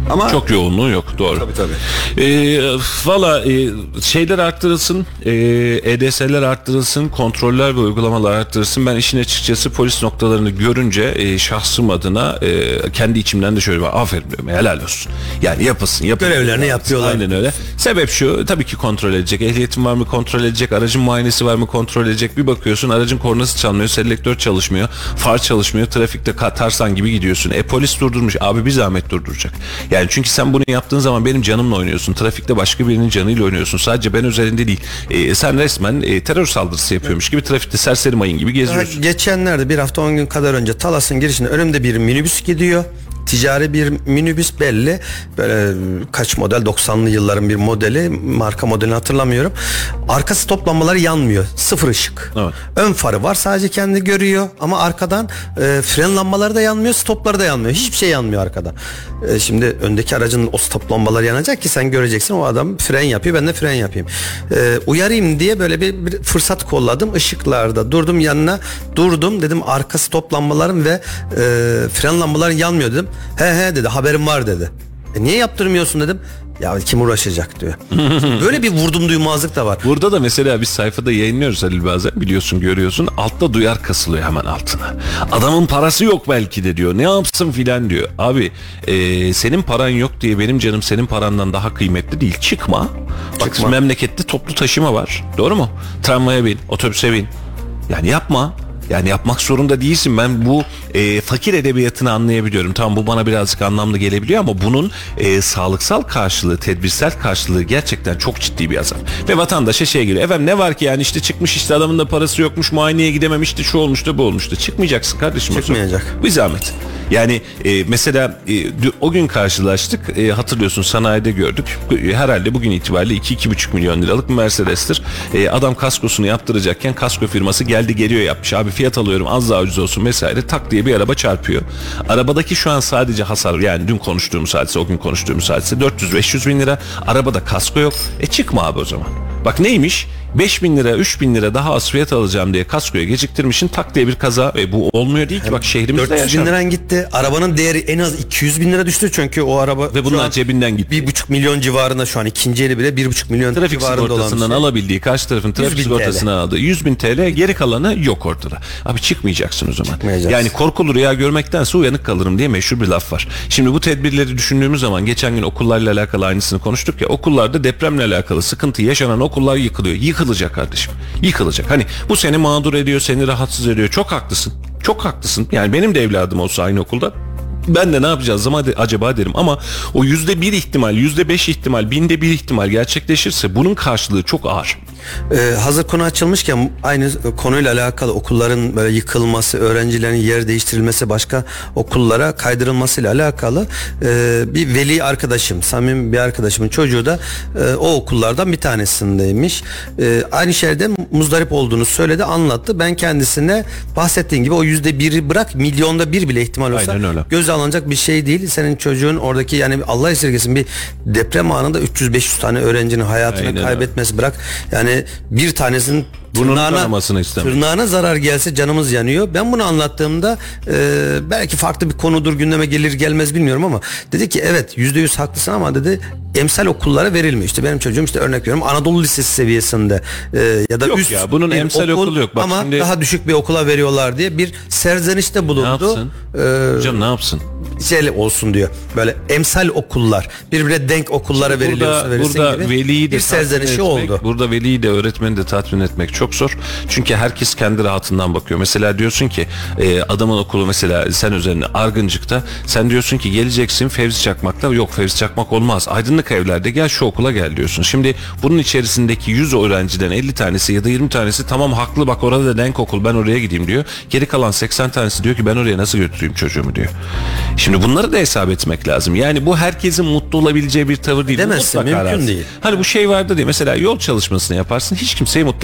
Ama Çok yoğunluğu yok, doğru. Tabii, tabii. Ee, Valla e, şeyler arttırılsın, e, E D S'ler arttırılsın, kontroller ve uygulamalar arttırılsın. Ben işin açıkçası polis noktalarını görünce e, şahsım adına e, kendi içimden de şöyle bir aferin diyorum, helal olsun. Yani yapılsın, yapılsın. Görevlerini yapıyorlar. Aynen öyle. Sebep şu, tabii ki kontrol edecek. Ehliyetin var mı kontrol edecek, aracın muayenesi var mı kontrol edecek. Bir bakıyorsun aracın kornası çalmıyor, selektör çalışmıyor, far çalışmıyor, trafikte tarsan gibi gidiyorsun. E polis durdurmuş, abi bir zahmet durduracak. Yani çünkü sen bunu yaptığın zaman benim canımla oynuyorsun. Trafikte başka birinin canıyla oynuyorsun. Sadece ben üzerinde değil. E, sen resmen e, terör saldırısı yapıyormuş gibi trafikte serseri mayın gibi geziyorsun. Geçenlerde bir hafta on gün kadar önce Talas'ın girişinde önümde bir minibüs gidiyor. Ticari bir minibüs belli. Böyle kaç model, doksanlı yılların bir modeli, marka modelini hatırlamıyorum. Arka stop lambaları yanmıyor. Sıfır ışık. Evet. Ön farı var, sadece kendi görüyor ama arkadan e, fren lambaları da yanmıyor, stopları da yanmıyor. Hiçbir şey yanmıyor arkada. E, şimdi öndeki aracın o stop lambaları yanacak ki sen göreceksin o adam fren yapıyor, ben de fren yapayım. E, uyarayım diye böyle bir, bir fırsat kolladım. Işıklarda durdum, yanına durdum, dedim arka stop lambalarım ve e, fren lambaların yanmıyor dedim. He he dedi, haberim var dedi. E niye yaptırmıyorsun dedim. Ya kim uğraşacak diyor. Böyle bir vurdum duymazlık da var. Burada da mesela biz sayfada yayınlıyoruz Halil bazen, biliyorsun, görüyorsun. Altta duyar kasılıyor hemen altına. Adamın parası yok belki de diyor. Ne yapsın filan diyor. Abi e, senin paran yok diye benim canım senin parandan daha kıymetli değil. Çıkma. Bak Çıkma. memlekette toplu taşıma var. Doğru mu? Tramvaya bin, otobüse bin. Yani yapma. Yani yapmak zorunda değilsin. Ben bu e, fakir edebiyatını anlayabiliyorum. Tamam, bu bana birazcık anlamlı gelebiliyor ama bunun e, sağlıksal karşılığı, tedbirsel karşılığı gerçekten çok ciddi bir azap. Ve vatandaşa şey geliyor. Efendim ne var ki yani, işte çıkmış, işte adamın da parası yokmuş, muayeneye gidememişti, şu olmuştu, bu olmuştu. Çıkmayacaksın kardeşim. Çıkmayacak. Bir zahmet. Yani e, mesela e, o gün karşılaştık, e, hatırlıyorsun, sanayide gördük. E, herhalde bugün itibariyle iki iki buçuk milyon liralık bir Mercedes'tir. E, adam kaskosunu yaptıracakken kasko firması geldi geliyor yapmış. Abi fiyat alıyorum, az daha ucuz olsun vesaire, tak diye bir araba çarpıyor. Arabadaki şu an sadece hasar, yani dün konuştuğumuz hadise, o gün konuştuğumuz hadise dört yüz beş yüz bin lira. Arabada kasko yok. E çıkma abi o zaman. Bak neymiş? beş bin lira, üç bin lira daha az fiyat alacağım diye kaskoya geciktirmişsin, tak diye bir kaza. E bu olmuyor değil ki, bak şehrimizde dört yüz bin yaşanıyor. liran gitti. Arabanın değeri en az iki yüz bin lira düştü çünkü o araba Ve bunlar cebinden gitti. bir buçuk milyon civarında, şu an ikinci eli bile bir buçuk milyon Trafik civarında olan bir sigortasından şey. alabildiği, karşı tarafın trafik yüz bin sigortasından aldığı yüz bin T L, geri kalanı yok ortada. Abi çıkmayacaksın o zaman. Çıkmayacaksın. Yani korkulu rüya görmektense uyanık kalırım diye meşhur bir laf var. Şimdi bu tedbirleri düşündüğümüz zaman, geçen gün okullarla alakalı aynısını konuştuk ya, okullarda depremle alakalı sıkıntı yaşanan okullar yıkılıyor. Yıkılacak kardeşim. Yıkılacak. Hani bu seni mağdur ediyor, seni rahatsız ediyor. Çok haklısın. Çok haklısın. Yani benim de evladım olsa aynı okulda, ben de ne yapacağız zaman acaba derim, ama o yüzde bir ihtimal, yüzde beş ihtimal, binde bir ihtimal gerçekleşirse bunun karşılığı çok ağır. Ee, hazır konu açılmışken aynı konuyla alakalı okulların böyle yıkılması, öğrencilerin yer değiştirilmesi, başka okullara kaydırılmasıyla alakalı e, bir veli arkadaşım, samimi bir arkadaşımın çocuğu da e, o okullardan bir tanesindeymiş. E, aynı şehirde muzdarip olduğunu söyledi, anlattı. Ben kendisine bahsettiğin gibi o yüzde biri bırak, milyonda bir bile ihtimal olsa göze alınacak bir şey değil. Senin çocuğun oradaki, yani Allah esirgesin, bir deprem anında üç yüz beş yüz tane öğrencinin hayatını Aynen kaybetmesi öyle. Bırak yani bir tanesinin tırnağına, tırnağına zarar gelse canımız yanıyor. Ben bunu anlattığımda e, belki farklı bir konudur, gündeme gelir gelmez bilmiyorum ama dedi ki evet yüzde yüz haklısın ama dedi emsal okullara verilmiyor. İşte benim çocuğum, işte örnek veriyorum, Anadolu Lisesi seviyesinde e, ya da yok üst ya, bunun emsal okul, okul yok. Bak ama şimdi... daha düşük bir okula veriyorlar diye bir serzenişte bulundu. Ne yapsın? Ee, Hocam ne yapsın? Şey olsun diyor. Böyle emsal okullar, birbirine denk okullara Şimdi veriliyorsa burada, burada gibi veliyi de bir serzenişi etmek, oldu. Burada veliyi de öğretmeni de tatmin etmek çok zor. Çünkü herkes kendi rahatından bakıyor. Mesela diyorsun ki e, adamın okulu, mesela sen üzerine Argıncık'ta, sen diyorsun ki geleceksin Fevzi Çakmak'ta, yok Fevzi Çakmak olmaz, aydınlık evlerde gel şu okula gel diyorsun. Şimdi bunun içerisindeki yüz öğrenciden elli tanesi ya da yirmi tanesi tamam haklı, bak orada da denk okul, ben oraya gideyim diyor. Geri kalan seksen tanesi diyor ki ben oraya nasıl götüreyim çocuğumu diyor. Şimdi bunları da hesap etmek lazım. Yani bu herkesin mutlu olabileceği bir tavır değil. Demezsin, mümkün ararsın. değil. Hani bu şey vardı diye, mesela yol çalışmasını yaparsın, hiç kimseyi mutlu edemezsin.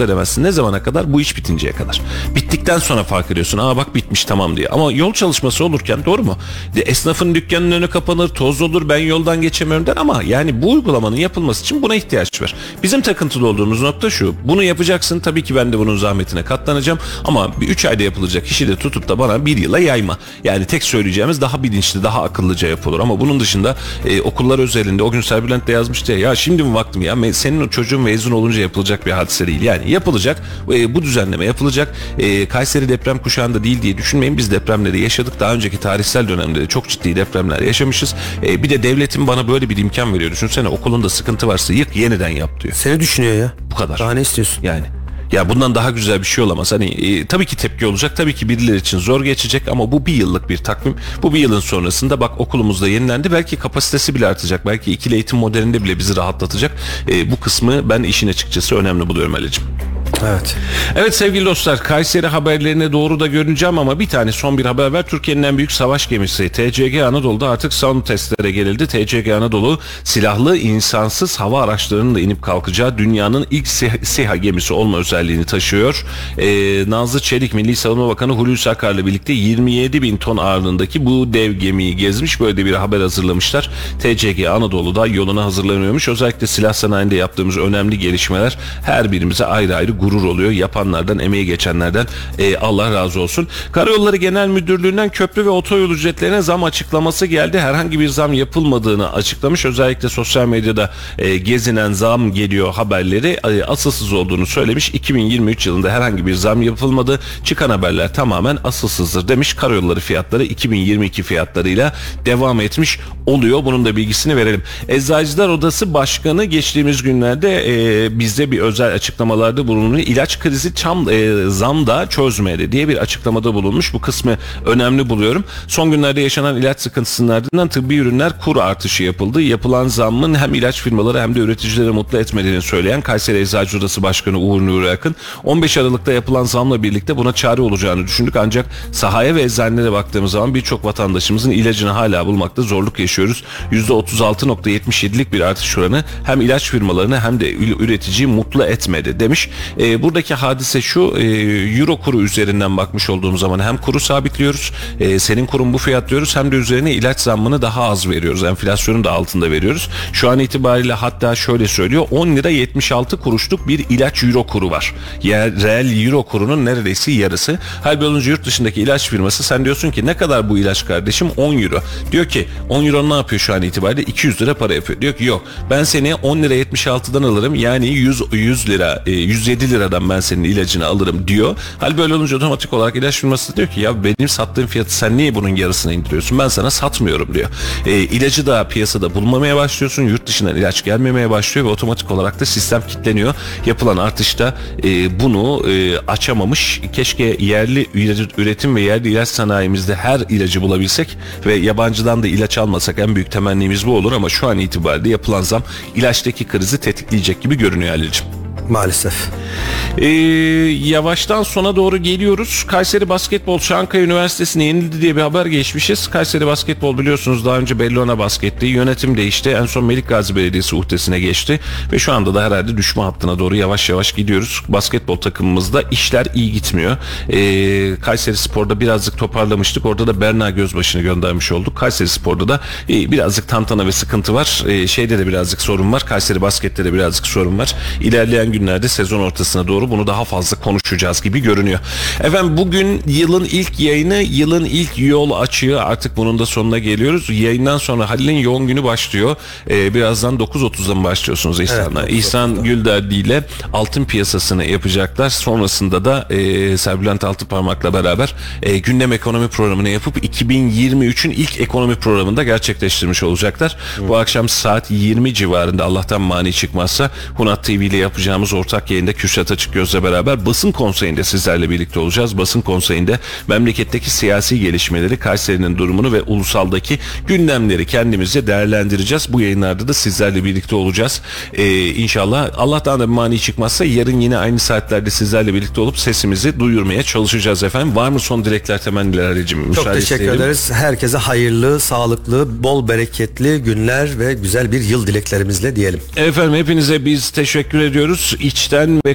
Ne zamana kadar? Bu iş bitinceye kadar. Bittikten sonra fark ediyorsun. Aa bak bitmiş tamam diye. Ama yol çalışması olurken doğru mu? De, esnafın dükkanının önü kapanır, toz olur, ben yoldan geçemiyorum der ama yani bu uygulamanın yapılması için buna ihtiyaç var. Bizim takıntılı olduğumuz nokta şu. Bunu yapacaksın. Tabii ki ben de bunun zahmetine katlanacağım ama bir üç ayda yapılacak işi de tutup da bana bir yıla yayma. Yani tek söyleyeceğimiz daha bilinçli, daha akıllıca yapılır. Ama bunun dışında e, okullar özelinde o gün Serbülent de yazmıştı ya, ya şimdi mi vaktim ya senin o çocuğun mezun olunca yapılacak bir hadise değil. Yani yapılacak, e, bu düzenleme yapılacak. E, Kayseri deprem kuşağında değil diye düşünmeyin. Biz depremleri yaşadık. Daha önceki tarihsel dönemde de çok ciddi depremler yaşamışız. E, bir de devletin bana böyle bir imkan veriyor. Düşünsene okulunda sıkıntı varsa yık yeniden yap diyor. Seni düşünüyor ya. Bu kadar. Daha ne istiyorsun? Yani. Ya bundan daha güzel bir şey olamaz. Hani e, tabii ki tepki olacak. Tabii ki birileri için zor geçecek ama bu bir yıllık bir takvim. Bu bir yılın sonrasında bak okulumuzda yenilendi. Belki kapasitesi bile artacak. Belki ikili eğitim modelinde bile bizi rahatlatacak. E, bu kısmı ben işin açıkçası önemli buluyorum Ali'cim. Evet. Evet sevgili dostlar, Kayseri haberlerine doğru da görüneceğim ama bir tane son bir haber var. Türkiye'nin en büyük savaş gemisi T C G Anadolu'da artık son testlere gelildi. T C G Anadolu silahlı insansız hava araçlarının da inip kalkacağı dünyanın ilk SİHA gemisi olma özelliğini taşıyor. Ee, Nazlı Çelik Milli Savunma Bakanı Hulusi Akar'la birlikte yirmi yedi bin ton ağırlığındaki bu dev gemiyi gezmiş. Böyle bir haber hazırlamışlar. T C G Anadolu'da yoluna hazırlanıyormuş. Özellikle silah sanayinde yaptığımız önemli gelişmeler her birimize ayrı ayrı gurur oluyor. Yapanlardan, emeği geçenlerden e, Allah razı olsun. Karayolları Genel Müdürlüğü'nden köprü ve otoyol ücretlerine zam açıklaması geldi. Herhangi bir zam yapılmadığını açıklamış. Özellikle sosyal medyada e, gezinen zam geliyor haberleri e, asılsız olduğunu söylemiş. iki bin yirmi üç yılında herhangi bir zam yapılmadı. Çıkan haberler tamamen asılsızdır demiş. Karayolları fiyatları iki bin yirmi iki fiyatlarıyla devam etmiş oluyor. Bunun da bilgisini verelim. Eczacılar Odası Başkanı geçtiğimiz günlerde e, bizde bir özel açıklamalarda bulundu. İlaç krizi çam, e, zam da çözmedi diye bir açıklamada bulunmuş. Bu kısmı önemli buluyorum. Son günlerde yaşanan ilaç sıkıntısının ardından tıbbi ürünler kur artışı yapıldı. Yapılan zammın hem ilaç firmaları hem de üreticileri mutlu etmediğini söyleyen Kayseri Eczacı Odası Başkanı Uğur Nuri Akın, on beş Aralık'ta yapılan zamla birlikte buna çare olacağını düşündük. Ancak sahaya ve eczanelere baktığımız zaman birçok vatandaşımızın ilacını hala bulmakta zorluk yaşıyoruz. yüzde otuz altı nokta yetmiş yedilik bir artış oranı hem ilaç firmalarını hem de üreticiyi mutlu etmedi demiş. E, buradaki hadise şu, e, euro kuru üzerinden bakmış olduğum zaman hem kuru sabitliyoruz, e, senin kurun bu fiyat diyoruz, hem de üzerine ilaç zammını daha az veriyoruz. Enflasyonun da altında veriyoruz. Şu an itibariyle hatta şöyle söylüyor, on lira yetmiş altı kuruşluk bir ilaç euro kuru var. Yani reel euro kurunun neredeyse yarısı. Halbuki olunca yurt dışındaki ilaç firması, sen diyorsun ki ne kadar bu ilaç kardeşim? on euro. Diyor ki on euro ne yapıyor şu an itibariyle? iki yüz lira para yapıyor. Diyor ki yok, ben seni on lira yetmiş altıdan alırım, yani yüz, yüz lira yüz yedi liradan ben senin ilacını alırım diyor. Hal böyle olunca otomatik olarak ilaç firması diyor ki ya benim sattığım fiyatı sen niye bunun yarısına indiriyorsun? Ben sana satmıyorum diyor. E, ilacı da piyasada bulmamaya başlıyorsun. Yurt dışından ilaç gelmemeye başlıyor ve otomatik olarak da sistem kilitleniyor. Yapılan artışta e, bunu e, açamamış. Keşke yerli üretim ve yerli ilaç sanayimizde her ilacı bulabilsek ve yabancıdan da ilaç almasak, en büyük temennimiz bu olur ama şu an itibariyle yapılan zam ilaçtaki krizi tetikleyecek gibi görünüyor Ali'cim. Maalesef. Ee, yavaştan sona doğru geliyoruz. Kayseri Basketbol Çankaya Üniversitesi'ne yenildi diye bir haber geçmişiz. Kayseri Basketbol biliyorsunuz daha önce Bellona Basket'ti. Yönetim değişti. En son Melikgazi Belediyesi uhdesine geçti. Ve şu anda da herhalde düşme hattına doğru yavaş yavaş gidiyoruz. Basketbol takımımızda işler iyi gitmiyor. Ee, Kayseri Spor'da birazcık toparlamıştık. Orada da Berna Gözbaşı'nı göndermiş olduk. Kayseri Spor'da da e, birazcık tantana ve sıkıntı var. E, şeyde de birazcık sorun var. Kayseri Basket'te de birazcık sorun var. İlerleyen günlerde sezon ortasına doğru bunu daha fazla konuşacağız gibi görünüyor. Efendim bugün yılın ilk yayını, yılın ilk yol açığı, artık bunun da sonuna geliyoruz. Yayından sonra Halil'in yoğun günü başlıyor. Ee, birazdan dokuz otuzda mı başlıyorsunuz İhsan'la? Evet, İhsan Gülderdi ile altın piyasasını yapacaklar. Sonrasında da e, Serbülent Altıparmak'la beraber e, gündem ekonomi programını yapıp iki bin yirmi üçün ilk ekonomi programını da gerçekleştirmiş olacaklar. Hı. Bu akşam saat yirmi civarında Allah'tan mani çıkmazsa Hunat T V ile yapacağımız ortak yayında Kürşat Açıkgöz'le beraber basın konseyinde sizlerle birlikte olacağız. Basın konseyinde memleketteki siyasi gelişmeleri, Kayseri'nin durumunu ve ulusaldaki gündemleri kendimizce değerlendireceğiz. Bu yayınlarda da sizlerle birlikte olacağız. Ee, inşallah Allah'tan da bir mani çıkmazsa yarın yine aynı saatlerde sizlerle birlikte olup sesimizi duyurmaya çalışacağız efendim. Var mı son dilekler, temenniler Ali'cim? Çok teşekkür isteyelim. ederiz. Herkese hayırlı, sağlıklı, bol bereketli günler ve güzel bir yıl dileklerimizle diyelim. Efendim hepinize biz teşekkür ediyoruz. İçten ve kocaman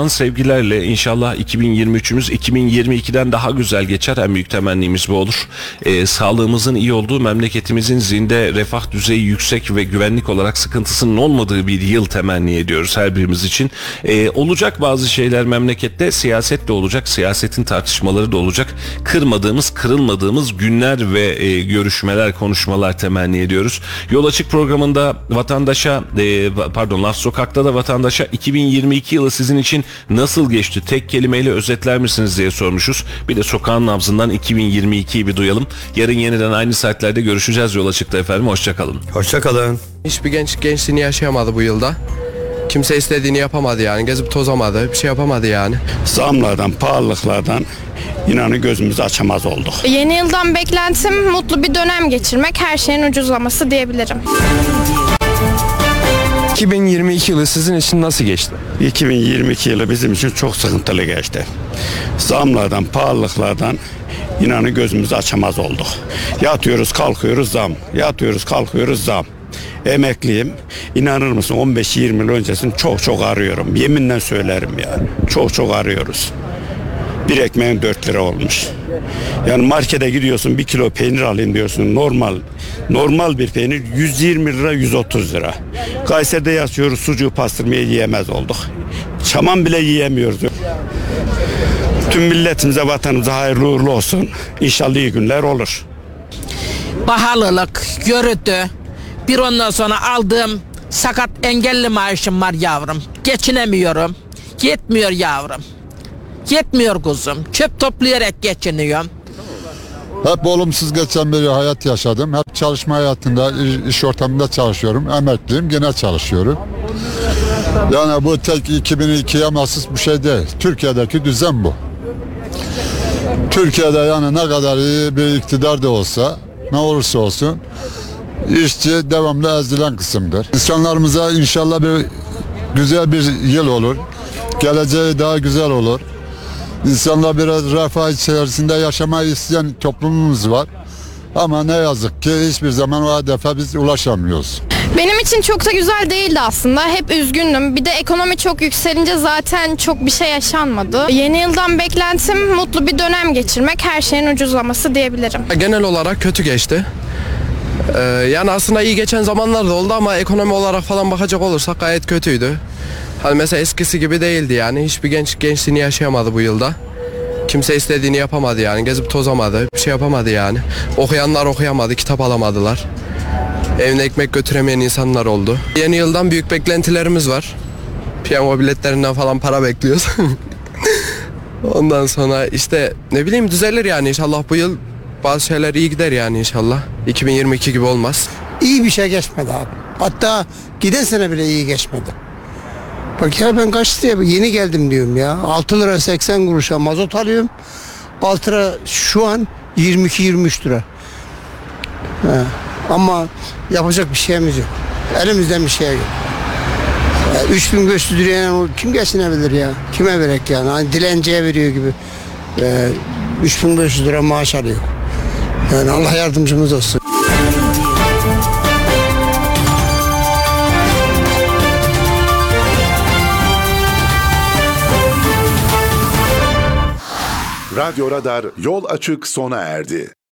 Kocaman sevgilerle inşallah iki bin yirmi üçümüz iki bin yirmi ikiden daha güzel geçer. En büyük temennimiz bu olur. Ee, sağlığımızın iyi olduğu, memleketimizin zinde, refah düzeyi yüksek ve güvenlik olarak sıkıntısının olmadığı bir yıl temenni ediyoruz her birimiz için. Ee, olacak bazı şeyler memlekette, siyaset de olacak, siyasetin tartışmaları da olacak. Kırmadığımız, kırılmadığımız günler ve e, görüşmeler, konuşmalar temenni ediyoruz. Yol Açık programında vatandaşa, e, pardon Laf Sokak'ta da vatandaşa iki bin yirmi iki yılı sizin için nasıl geçti? Tek kelimeyle özetler misiniz diye sormuşuz. Bir de sokağın nabzından iki bin yirmi ikiyi bir duyalım. Yarın yeniden aynı saatlerde görüşeceğiz Yol Açık'ta efendim. Hoşçakalın. Hoşçakalın. Hiçbir genç gençliğini yaşayamadı bu yılda. Kimse istediğini yapamadı yani. Gezip tozamadı. Bir şey yapamadı yani. Zamlardan, pahalılıklardan inanın gözümüzü açamaz olduk. Yeni yıldan beklentim mutlu bir dönem geçirmek, her şeyin ucuzlaması diyebilirim. iki bin yirmi iki yılı sizin için nasıl geçti? iki bin yirmi iki yılı bizim için çok sıkıntılı geçti. Zamlardan, pahalılıklardan inanın gözümüzü açamaz olduk. Yatıyoruz, kalkıyoruz zam. Yatıyoruz, kalkıyoruz zam. Emekliyim. İnanır mısın on beş yirmi yıl öncesini çok çok arıyorum. Yeminle söylerim yani. Çok çok arıyoruz. Bir ekmeğin dört lira olmuş. Yani markete gidiyorsun bir kilo peynir alayım diyorsun. Normal normal bir peynir yüz yirmi lira yüz otuz lira. Kayseri'de yaşıyoruz, sucuğu pastırmayı yiyemez olduk. Çaman bile yiyemiyoruz. Tüm milletimize, vatanımıza hayırlı uğurlu olsun. İnşallah iyi günler olur. Pahalılık yürüdü. Bir ondan sonra aldığım sakat engelli maaşım var yavrum. Geçinemiyorum. Yetmiyor yavrum. Yetmiyor kuzum. Çöp toplayarak geçiniyorum. Hep olumsuz geçen bir hayat yaşadım. Hep çalışma hayatında, iş ortamında çalışıyorum. Emekliyim, gene çalışıyorum. Yani bu tek iki bin ikiye mahsus bir şey değil. Türkiye'deki düzen bu. Türkiye'de yani ne kadar iyi bir iktidar da olsa, ne olursa olsun, işçi devamlı ezilen kısımdır. İnsanlarımıza inşallah bir güzel bir yıl olur. Geleceği daha güzel olur. İnsanlar biraz refah içerisinde yaşamayı isteyen toplumumuz var. Ama ne yazık ki hiçbir zaman o hedefe biz ulaşamıyoruz. Benim için çok da güzel değildi aslında. Hep üzgündüm. Bir de ekonomi çok yükselince zaten çok bir şey yaşanmadı. Yeni yıldan beklentim mutlu bir dönem geçirmek, her şeyin ucuzlaması diyebilirim. Genel olarak kötü geçti. Ee, yani aslında iyi geçen zamanlar da oldu ama ekonomi olarak falan bakacak olursak gayet kötüydü. Hani mesela eskisi gibi değildi yani. Hiçbir genç gençliğini yaşayamadı bu yılda. Kimse istediğini yapamadı yani. Gezip tozamadı. Bir şey yapamadı yani. Okuyanlar okuyamadı. Kitap alamadılar. Evine ekmek götüremeyen insanlar oldu. Yeni yıldan büyük beklentilerimiz var. Piyango biletlerinden falan para bekliyoruz. Ondan sonra işte ne bileyim düzelir yani inşallah bu yıl bazı şeyler iyi gider yani inşallah. iki bin yirmi iki gibi olmaz. İyi bir şey geçmedi abi. Hatta giden sene bile iyi geçmedi. Bak ya ben kaç liraya yeni geldim diyorum ya. altı lira seksen kuruşa mazot alıyorum. altı lira şu an yirmi iki yirmi üç lira. He. Ama yapacak bir şeyimiz yok. Elimizden bir şey yok. üç bin beş yüz liraya kim geçinebilir ya? Kime verek yani? Hani dilenciye veriyor gibi. E, üç bin beş yüz lira maaş alıyor. Yani Allah yardımcımız olsun. Radyo Radar Yol Açık sona erdi.